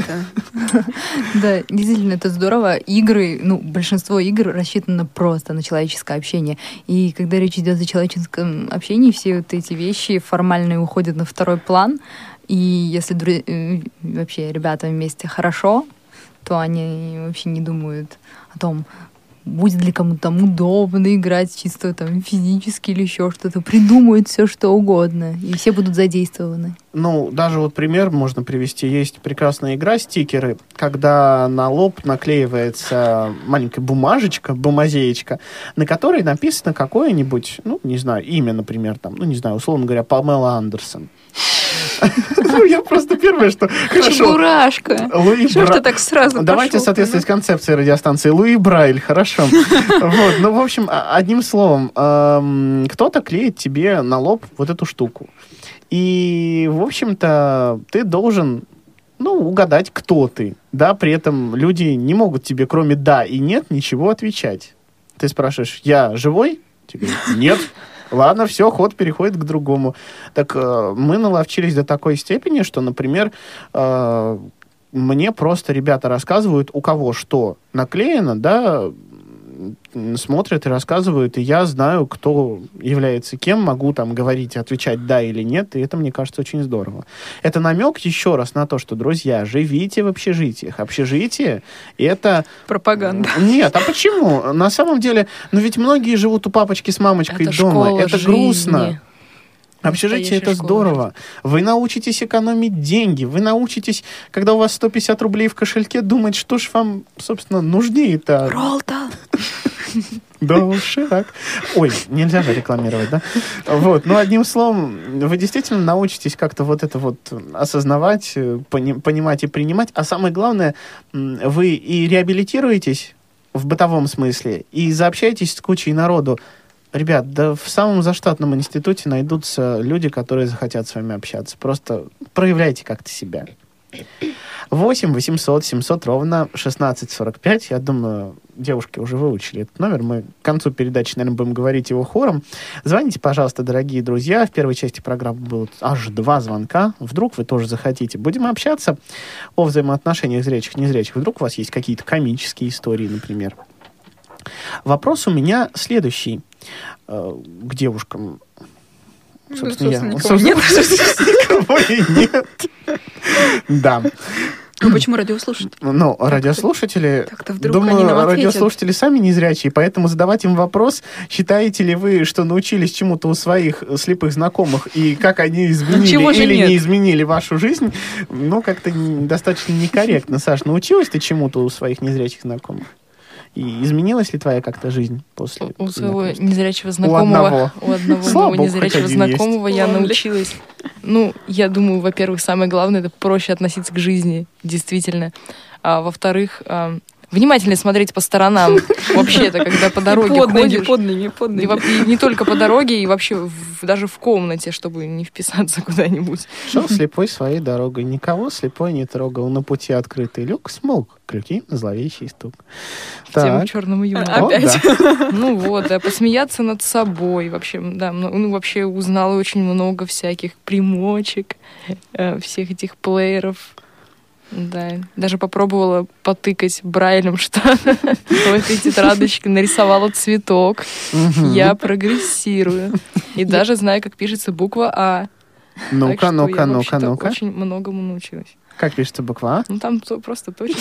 да, действительно, это здорово. Игры, ну, большинство игр рассчитано просто на человеческое общение. И когда речь идет о человеческом общении, все вот эти вещи формальные уходят на второй план. И если дру- э, вообще ребята вместе хорошо, то они вообще не думают о том, будет ли кому-то там удобно играть чисто там физически или еще что-то. Придумают все, что угодно, и все будут задействованы. Ну, даже вот пример можно привести. Есть прекрасная игра «Стикеры», когда на лоб наклеивается маленькая бумажечка, бумазеечка, на которой написано какое-нибудь, ну, не знаю, имя, например, там, ну, не знаю, условно говоря, Памела Андерсон. Ну, я просто первое, что... Хорошо. Чебурашка. Луи Что ж Бра... ты так сразу Давайте пошел-то, соответствовать ну? концепции радиостанции. Луи Брайль, хорошо. Вот, ну, в общем, одним словом, эм, кто-то клеит тебе на лоб вот эту штуку. И, в общем-то, ты должен, ну, угадать, кто ты. Да, при этом люди не могут тебе, кроме «да» и «нет», ничего отвечать. Ты спрашиваешь: «Я живой?» Тебе говорят: «Нет». Ладно, все, ход переходит к другому. Так э, мы наловчились до такой степени, что, например, э, мне просто ребята рассказывают, у кого что наклеено, да, смотрят и рассказывают, и я знаю, кто является кем, могу там говорить, отвечать «да» или «нет», и это, мне кажется, очень здорово. Это намек еще раз на то, что, друзья, живите в общежитиях. Общежитие — это... Пропаганда. Нет, а почему? На самом деле, ну ведь многие живут у папочки с мамочкой Это дома. школа Это жизни. грустно. Общежитие — это школа. здорово. Вы научитесь экономить деньги. Вы научитесь, когда у вас сто пятьдесят рублей в кошельке, думать, что ж вам, собственно, нужнее-то. Ролтон. Доширак. Ой, нельзя же рекламировать, да? Вот, ну, одним словом, вы действительно научитесь как-то вот это вот осознавать, пони- понимать и принимать. А самое главное, вы и реабилитируетесь в бытовом смысле, и заобщаетесь с кучей народу. Ребят, да в самом заштатном институте найдутся люди, которые захотят с вами общаться. Просто проявляйте как-то себя. восемь восемьсот семьсот ровно шестнадцать сорок пять. Я думаю, девушки уже выучили этот номер. Мы к концу передачи, наверное, будем говорить его хором. Звоните, пожалуйста, дорогие друзья. В первой части программы было аж два звонка. Вдруг вы тоже захотите. Будем общаться о взаимоотношениях зрячих и незрячих. Вдруг у вас есть какие-то комические истории, например. Вопрос у меня следующий. К девушкам. Собственно, я... Никого нет. Никого и нет. Да. Ну, почему радиослушатели? Ну, радиослушатели... Так-то вдруг они Думаю, нам ответят. радиослушатели сами незрячие, поэтому задавать им вопрос, считаете ли вы, что научились чему-то у своих слепых знакомых, и как они изменили чего же или нет? не изменили вашу жизнь, ну, как-то не- достаточно некорректно. Саш, научилась ты чему-то у своих незрячих знакомых? И изменилась ли твоя как-то жизнь после У своего знакомства? незрячего знакомого, одного. у одного Слава моего богу, незрячего хоть один есть. знакомого я Ладно. научилась. Ну, я думаю, во-первых, самое главное — это проще относиться к жизни, действительно. А во-вторых, а, внимательнее смотреть по сторонам. Вообще-то, когда по дороге Подными, ходишь. подными, И, подными. во- и не только по дороге, и вообще в- даже в комнате, чтобы не вписаться куда-нибудь. Шел слепой своей дорогой, никого слепой не трогал, на пути открытый люк, смолк ключи на зловещий стук. Тему Так. черному юмору. О, Опять. да. Ну вот, да, посмеяться над собой. Вообще, да, ну, ну, вообще узнала очень много всяких примочек, э, всех этих плееров. Да, даже попробовала потыкать брайлем что-то в этой тетрадочке, нарисовала цветок. Мгм. Я прогрессирую. И даже знаю, как пишется буква А. Так Ну-ка, что ну-ка, я ну-ка, вообще-то ну-ка. очень многому научилась. Как пишется буква А? Ну там то- просто точка.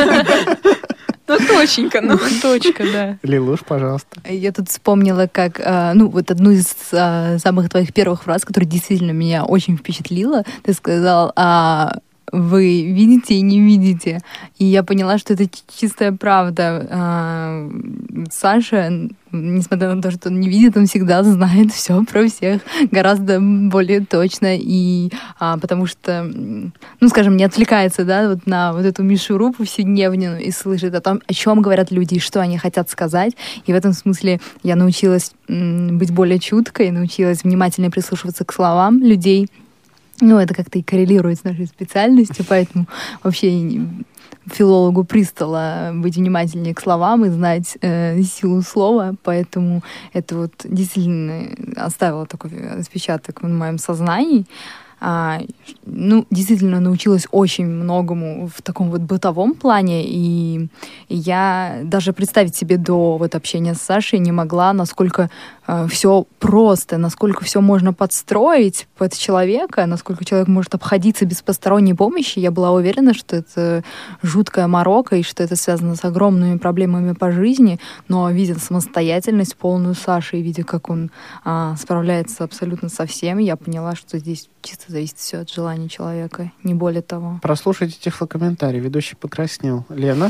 Ну, точенько, ну. Точка, да. Лилуш, пожалуйста. Я тут вспомнила, как, а, ну, вот одну из а, самых твоих первых фраз, которая действительно меня очень впечатлила. Ты сказал, а, вы видите и не видите. И я поняла, что это ч- чистая правда. А, Саша, несмотря на то, что он не видит, он всегда знает все про всех гораздо более точно. И а, потому что, м, ну, скажем, не отвлекается, да, вот на вот эту мишуру повседневную и слышит о том, о чем говорят люди, и что они хотят сказать. И в этом смысле я научилась м, быть более чуткой, научилась внимательно прислушиваться к словам людей. Ну, это как-то и коррелирует с нашей специальностью, поэтому вообще и филологу пристало быть внимательнее к словам и знать э, силу слова, поэтому это вот действительно оставило такой отпечаток в моем сознании. а, ну, действительно научилась очень многому в таком вот бытовом плане, и я даже представить себе до вот общения с Сашей не могла, насколько э, все просто, насколько все можно подстроить под человека, насколько человек может обходиться без посторонней помощи. Я была уверена, что это жуткая морока, и что это связано с огромными проблемами по жизни, но видя самостоятельность полную Саши, и видя, как он а, справляется абсолютно со всем, я поняла, что здесь чисто зависит все от желания человека, не более того. Прослушайте тифлокомментарий. Ведущий покраснел. Лена?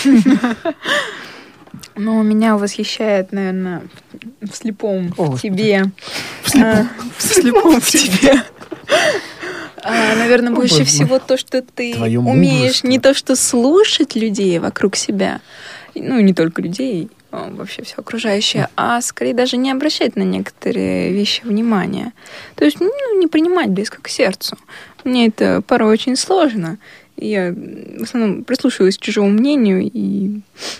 Ну, меня восхищает, наверное, в слепом О, в тебе. В слепом, в слепом в тебе. А, наверное, О, больше боже всего то, что ты Твое умеешь мужество. не то, что слушать людей вокруг себя, ну, не только людей, а вообще все окружающее, а скорее даже не обращать на некоторые вещи внимания. То есть, ну, не принимать близко к сердцу. Мне это порой очень сложно. Я в основном прислушиваюсь к чужому мнению и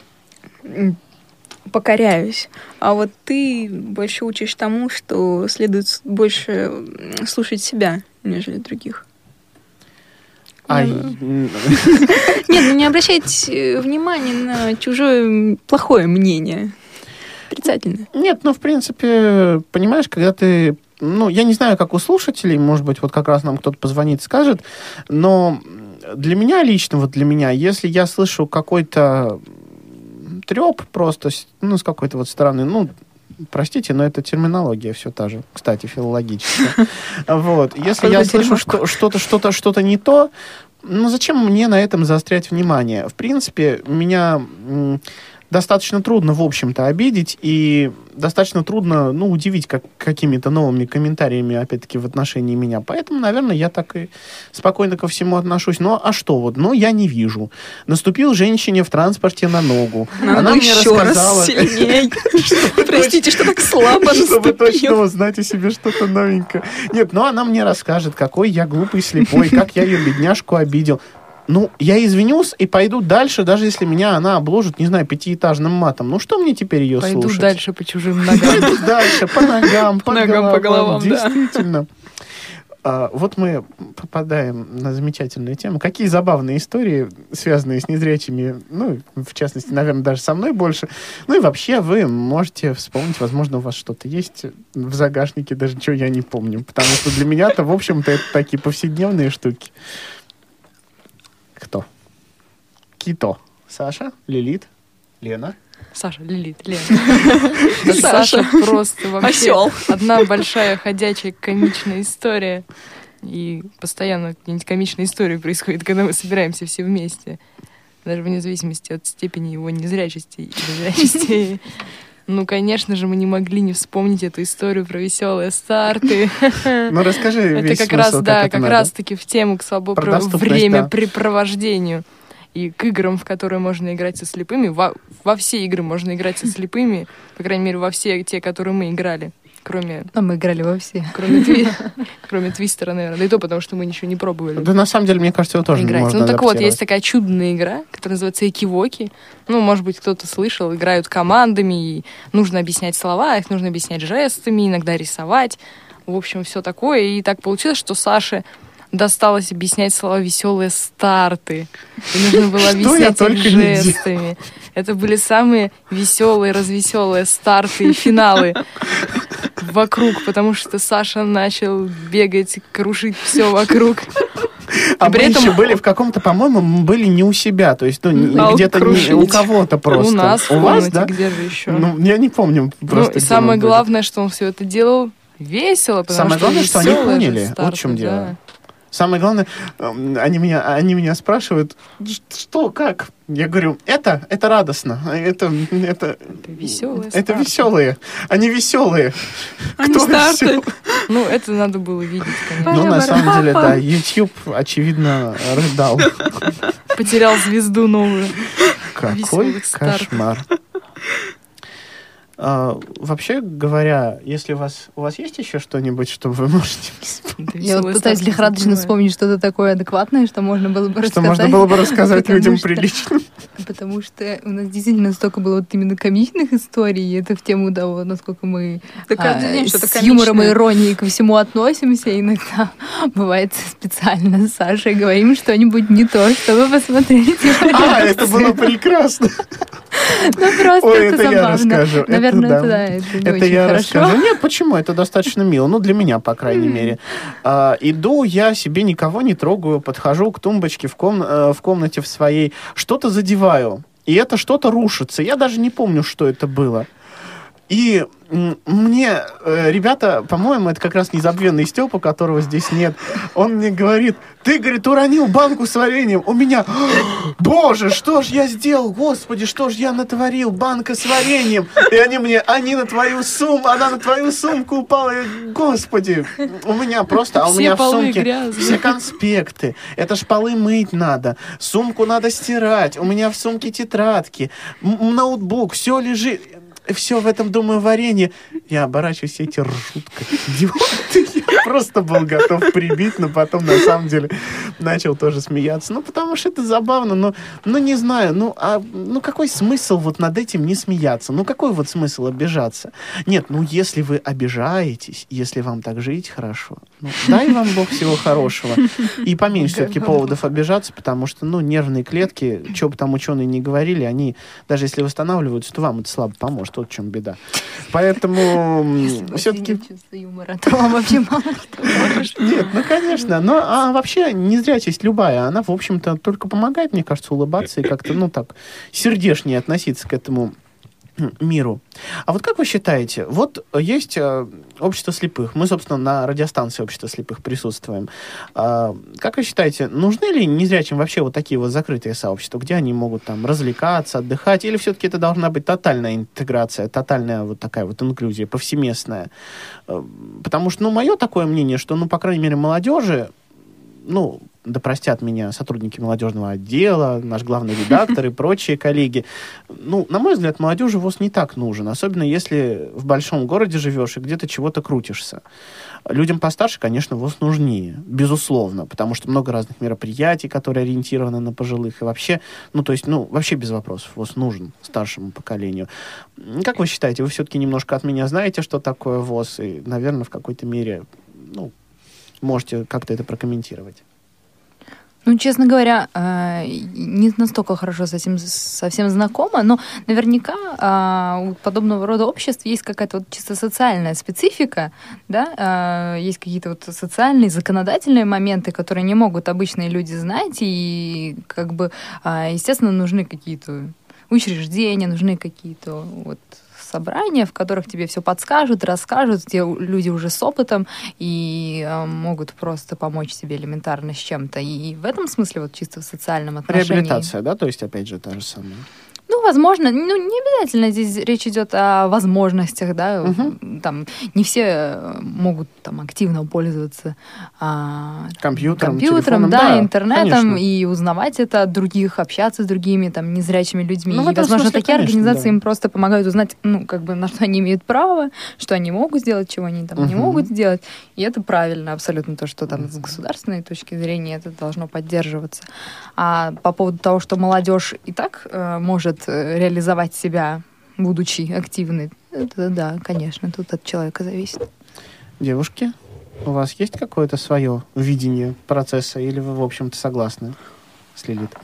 покоряюсь. А вот ты больше учишь тому, что следует больше слушать себя, нежели других. А, Нет, ну не обращать внимания на чужое плохое мнение. Отрицательное. Нет, ну, в принципе, понимаешь, когда ты... Ну, я не знаю, как у слушателей, может быть, вот как раз нам кто-то позвонит, скажет, но для меня лично, вот для меня, если я слышу какой-то треп просто, ну, с какой-то вот стороны, ну, простите, но это терминология все та же, кстати, филологическая. Вот. Если я слышу что, что-то, что-то, что-то не то, ну, зачем мне на этом заострять внимание? В принципе, меня м, достаточно трудно, в общем-то, обидеть, и достаточно трудно, ну, удивить как, какими-то новыми комментариями, опять-таки, в отношении меня. Поэтому, наверное, я так и спокойно ко всему отношусь. Ну, а что вот? Ну, я не вижу. Наступил женщине в транспорте на ногу. Надо Она мне еще рассказала... раз сильнее. Простите, что так слабо Чтобы точно наступил. узнать о себе что-то новенькое. Нет, ну она мне расскажет, какой я глупый, слепой, как я ее бедняжку обидел. Ну, я извинюсь и пойду дальше, даже если меня она обложит, не знаю, пятиэтажным матом. Ну, что мне теперь ее Пойду слушать? дальше по чужим ногам. Пойду дальше, по ногам, по ногам, по головам, да. Действительно. А, вот мы попадаем на замечательную тему. Какие забавные истории, связанные с незрячими, ну, в частности, наверное, даже со мной больше. Ну и вообще вы можете вспомнить, возможно, у вас что-то есть в загашнике, даже чего я не помню. Потому что для меня-то, в общем-то, это такие повседневные штуки. Кто? Кито. Саша? Лилит? Лена? Саша, Лилит, Лена. Саша просто вообще одна большая ходячая комичная история. И постоянно какие-нибудь комичные истории происходят, когда мы собираемся все вместе. Даже вне зависимости от степени его незрячести и незрячести. Ну, конечно же, мы не могли не вспомнить эту историю про веселые старты. Ну, расскажи Это весь как смысл, раз, как да, это как надо. раз-таки в тему к свободному времяпрепровождению и к играм, в которые можно играть со слепыми. Во, во все игры можно играть со слепыми, по крайней мере, во все те, которые мы играли. Кроме... А мы играли во все. Кроме, тви... кроме Твистера, наверное. Да и то, потому что мы ничего не пробовали. Да, на самом деле, мне кажется, его тоже играть. можно Ну, так вот, адаптировать. есть такая чудная игра, которая называется Экивоки. Ну, может быть, кто-то слышал. Играют командами, и нужно объяснять слова, их нужно объяснять жестами, иногда рисовать. В общем, все такое. И так получилось, что Саше досталось объяснять слова «веселые старты». И нужно было объяснять их жестами. Это были самые веселые, развеселые старты и финалы вокруг, потому что Саша начал бегать, крушить все вокруг. А при мы этом- еще были в каком-то, по-моему, мы были не у себя, то есть ну, не- А где-то не- крушить. у кого-то просто. У нас в у вас, комнате, да? где же еще? Ну, я не помню Ну, просто. и где самое мы были. главное, что он все это делал весело, потому Самое что главное, что они весёлые же поняли. Вот в старты, чем да. дело. Самое главное, эм, они меня, они меня спрашивают, «Ш- что, как? Я говорю, это, это радостно, это, это, Это веселые это старты. веселые, они веселые. Они Кто старты. весёл? Ну, это надо было видеть, конечно. Ну, на самом деле, да, YouTube, очевидно, рыдал. Потерял звезду новую. Какой Весёлых стартов. кошмар. А, вообще говоря, если у вас, у вас есть еще что-нибудь, что вы можете... Я вот пытаюсь лихорадочно вспомнить что-то такое адекватное, что можно было бы что рассказать. Что можно было бы рассказать людям что, прилично. Потому что у нас действительно столько было вот именно комичных историй, и это в тему того, насколько мы а, день, с юмором и иронией ко всему относимся. Иногда бывает специально с Сашей говорим что-нибудь не то, чтобы посмотреть. А, это было прекрасно. Ну, просто Ой, это, это забавно. я расскажу. Наверное, это, это, да. да, это не это очень я хорошо. расскажу. Нет, почему? Это достаточно мило. Ну, для меня, по крайней мере. А, иду, я себе никого не трогаю, подхожу к тумбочке в, ком... в комнате в своей, что-то задеваю. И это что-то рушится. Я даже не помню, что это было. И мне, э, ребята, по-моему, это как раз незабвенный Степа, которого здесь нет, он мне говорит: ты, говорит, уронил банку с вареньем. У меня, боже, что ж я сделал, господи, что ж я натворил, банка с вареньем. И они мне, они на твою сумку, она на твою сумку упала. И, господи, у меня просто, а у все меня в сумке грязные. все конспекты. Это ж полы мыть надо, сумку надо стирать, у меня в сумке тетрадки, м- ноутбук, все лежит. Все в этом, думаю, варенье. Я оборачиваюсь, эти ржут, как идиоты. Я просто был готов прибить, но потом, на самом деле, начал тоже смеяться. Ну, потому что это забавно, но, ну, не знаю, ну, а, ну, какой смысл вот над этим не смеяться? Ну, какой вот смысл обижаться? Нет, ну, если вы обижаетесь, если вам так жить хорошо, ну, дай вам Бог всего хорошего. И поменьше все-таки поводов обижаться, потому что, ну, нервные клетки, что бы там ученые не говорили, они, даже если восстанавливаются, то вам это слабо поможет. Вот в чем беда. Поэтому все-таки... чувство юмора, то вам вообще мало что можешь. Нет, ну, конечно. Но а вообще незрячесть любая, она, в общем-то, только помогает, мне кажется, улыбаться и как-то, ну, так, сердечнее относиться к этому миру. А вот как вы считаете, вот есть э, общество слепых, мы, собственно, на радиостанции общества слепых присутствуем. Э, как вы считаете, нужны ли незрячим вообще вот такие вот закрытые сообщества, где они могут там развлекаться, отдыхать, или все-таки это должна быть тотальная интеграция, тотальная вот такая вот инклюзия, повсеместная? Э, потому что, ну, мое такое мнение, что, ну, по крайней мере, молодежи, ну, да простят меня сотрудники молодежного отдела, наш главный редактор и прочие коллеги. Ну, на мой взгляд, молодежи ВОС не так нужен, особенно если в большом городе живешь и где-то чего-то крутишься. Людям постарше, конечно, ВОС нужнее, безусловно, потому что много разных мероприятий, которые ориентированы на пожилых, и вообще, ну, то есть, ну, вообще без вопросов, ВОС нужен старшему поколению. Как вы считаете, вы все-таки немножко от меня знаете, что такое ВОС, и, наверное, в какой-то мере, ну, можете как-то это прокомментировать? Ну, честно говоря, не настолько хорошо с этим совсем знакома, но наверняка у подобного рода обществ есть какая-то вот чисто социальная специфика, да, есть какие-то вот социальные, законодательные моменты, которые не могут обычные люди знать, и как бы, естественно, нужны какие-то учреждения, нужны какие-то вот собрания, в которых тебе все подскажут, расскажут, где люди уже с опытом и э, могут просто помочь тебе элементарно с чем-то. И в этом смысле вот чисто в социальном отношении... Реабилитация, да? То есть, опять же, та же самая. Ну, возможно, ну, не обязательно здесь речь идет о возможностях, да, угу. Там не все могут там активно пользоваться а, компьютером, компьютером да, да, интернетом, конечно. И узнавать это от других, общаться с другими там незрячими людьми. Ну, и, возможно, смысле, такие конечно, организации да. им просто помогают узнать, ну, как бы, на что они имеют право, что они могут сделать, чего они там угу. не могут сделать. И это правильно абсолютно то, что там угу. с государственной точки зрения это должно поддерживаться. А по поводу того, что молодежь и так э, может реализовать себя, будучи активной, это да, конечно, тут от человека зависит. Девушки, у вас есть какое-то свое видение процесса, или вы, в общем-то, согласны с Лилит?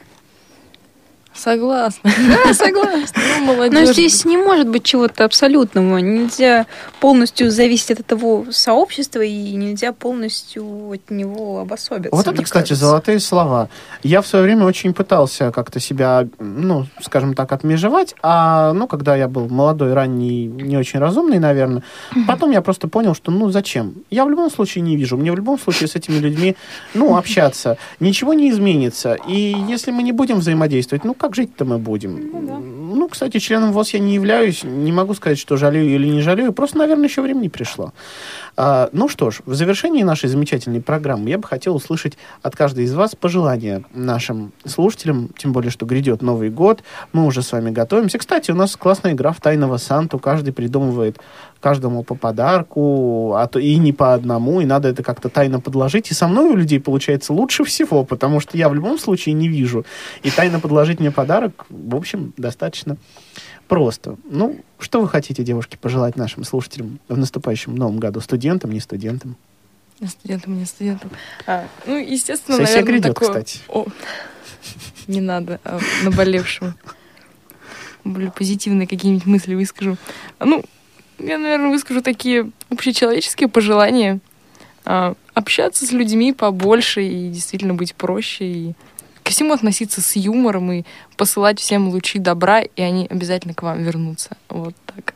Согласна. Да, согласна. Ну, молодежь. Но здесь не может быть чего-то абсолютного. Нельзя полностью зависеть от того сообщества, и нельзя полностью от него обособиться. Вот это, кстати, кажется. золотые слова. Я в свое время очень пытался как-то себя, ну, скажем так, отмежевать, а, ну, когда я был молодой, ранний, не очень разумный, наверное, потом я просто понял, что, ну, зачем? Я в любом случае не вижу. Мне в любом случае с этими людьми, ну, общаться. Ничего не изменится. И если мы не будем взаимодействовать, ну, как жить-то мы будем? Ну, да. Ну, кстати, членом ВОС я не являюсь, не могу сказать, что жалею или не жалею, просто, наверное, еще время не пришло. А, ну что ж, в завершении нашей замечательной программы я бы хотел услышать от каждой из вас пожелания нашим слушателям, тем более, что грядет Новый год, мы уже с вами готовимся. Кстати, у нас классная игра в Тайного Санту, каждый придумывает каждому по подарку, а то и не по одному, и надо это как-то тайно подложить. И со мной у людей получается лучше всего, потому что я в любом случае не вижу. И тайно подложить мне подарок, в общем, достаточно просто. Ну, что вы хотите, девушки, пожелать нашим слушателям в наступающем новом году? Студентам, не студентам? Студентам, не студентам. А, ну, естественно, Сессия наверное, грядет, такое... кстати. О, не надо, а, наболевшего. Более позитивные какие-нибудь мысли выскажу. Ну, я, наверное, выскажу такие общечеловеческие пожелания. А, общаться с людьми побольше и действительно быть проще, и ко всему относиться с юмором, и посылать всем лучи добра, и они обязательно к вам вернутся. Вот так.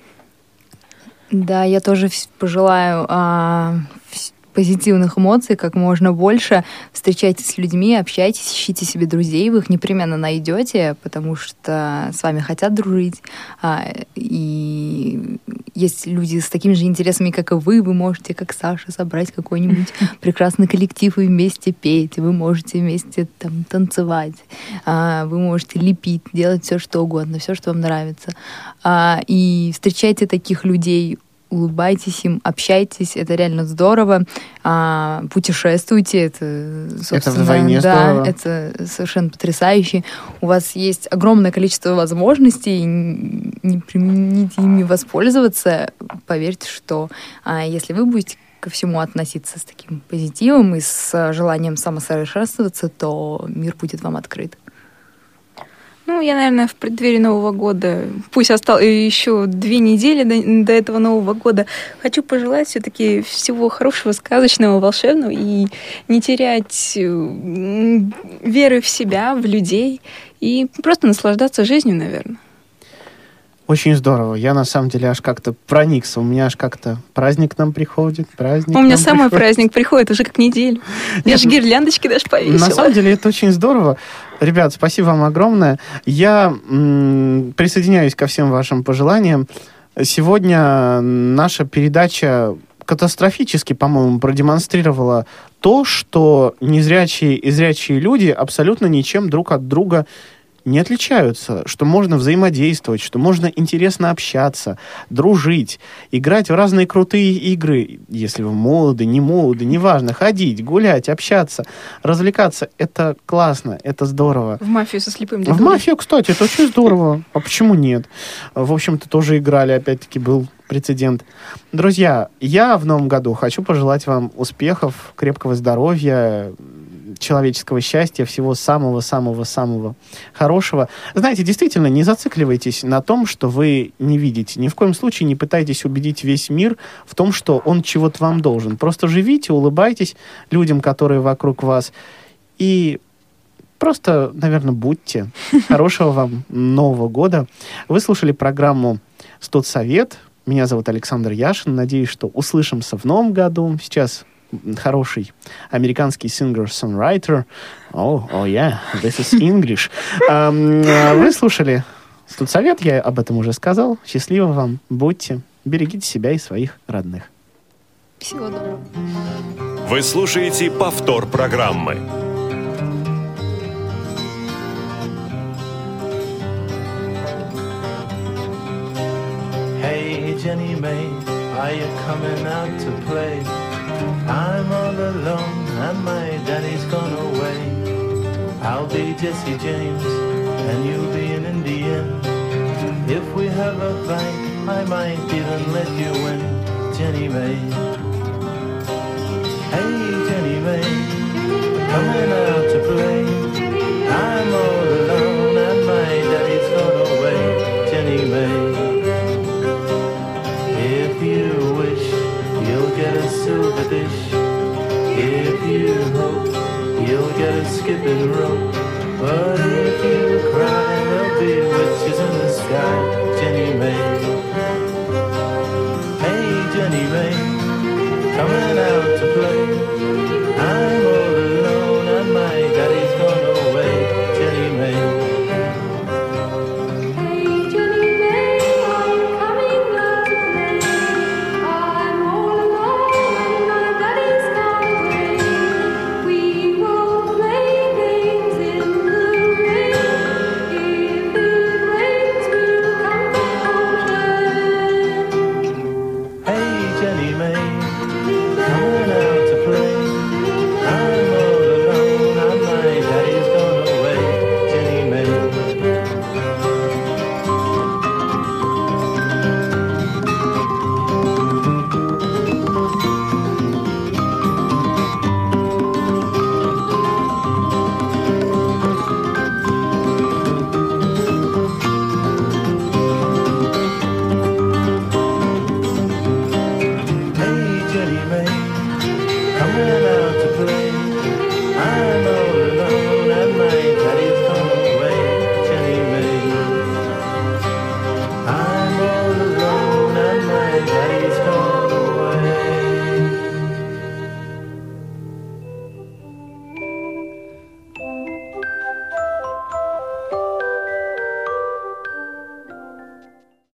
Да, я тоже пожелаю а, позитивных эмоций как можно больше. Встречайтесь с людьми, общайтесь, ищите себе друзей, вы их непременно найдете, потому что с вами хотят дружить. А, и есть люди с такими же интересами, как и вы. Вы можете, как Саша, собрать какой-нибудь прекрасный коллектив и вместе петь. Вы можете вместе там танцевать. А, вы можете лепить, делать все, что угодно, все, что вам нравится. А, и встречайте таких людей, улыбайтесь им, общайтесь, это реально здорово. А, путешествуйте, это, собственно, это вдвойне да, здорово. Это совершенно потрясающе. У вас есть огромное количество возможностей, не примените ими воспользоваться. Поверьте, что а, если вы будете ко всему относиться с таким позитивом и с желанием самосовершенствоваться, то мир будет вам открыт. Ну, я, наверное, в преддверии Нового года, пусть осталось еще две недели до, до этого Нового года, хочу пожелать все-таки всего хорошего, сказочного, волшебного и не терять веры в себя, в людей и просто наслаждаться жизнью, наверное. Очень здорово. Я, на самом деле, аж как-то проникся. У меня аж как-то праздник нам приходит, праздник У меня нам самый приходит. праздник приходит уже как неделю. Я же гирляндочки даже повесила. На самом деле, это очень здорово. Ребят, спасибо вам огромное. Я м- присоединяюсь ко всем вашим пожеланиям. Сегодня наша передача катастрофически, по-моему, продемонстрировала то, что незрячие и зрячие люди абсолютно ничем друг от друга не отличаются, что можно взаимодействовать, что можно интересно общаться, дружить, играть в разные крутые игры, если вы молоды, не молоды, неважно, ходить, гулять, общаться, развлекаться. Это классно, это здорово. В мафию со слепым В дедулей. мафию, кстати, это очень здорово. А почему нет? В общем-то, тоже играли, опять-таки, был прецедент. Друзья, я в новом году хочу пожелать вам успехов, крепкого здоровья, человеческого счастья, всего самого-самого-самого хорошего. Знаете, действительно, не зацикливайтесь на том, что вы не видите. Ни в коем случае не пытайтесь убедить весь мир в том, что он чего-то вам должен. Просто живите, улыбайтесь людям, которые вокруг вас, и просто, наверное, будьте. Хорошего вам Нового года. Вы слушали программу «Студсовет». Меня зовут Александр Яшин. Надеюсь, что услышимся в новом году. Сейчас хороший американский singer-songwriter. Oh, oh yeah, this is English. Um, вы слушали «Студсовет», я об этом уже сказал. Счастливо вам, будьте, берегите себя и своих родных. Всего доброго. Вы слушаете повтор программы. Hey Jenny May, are you coming out to play? I'm all alone and my daddy's gone away. I'll be Jesse James and you'll be an Indian. If we have a fight, I might even let you win, Jenny May. Hey Jenny May, coming out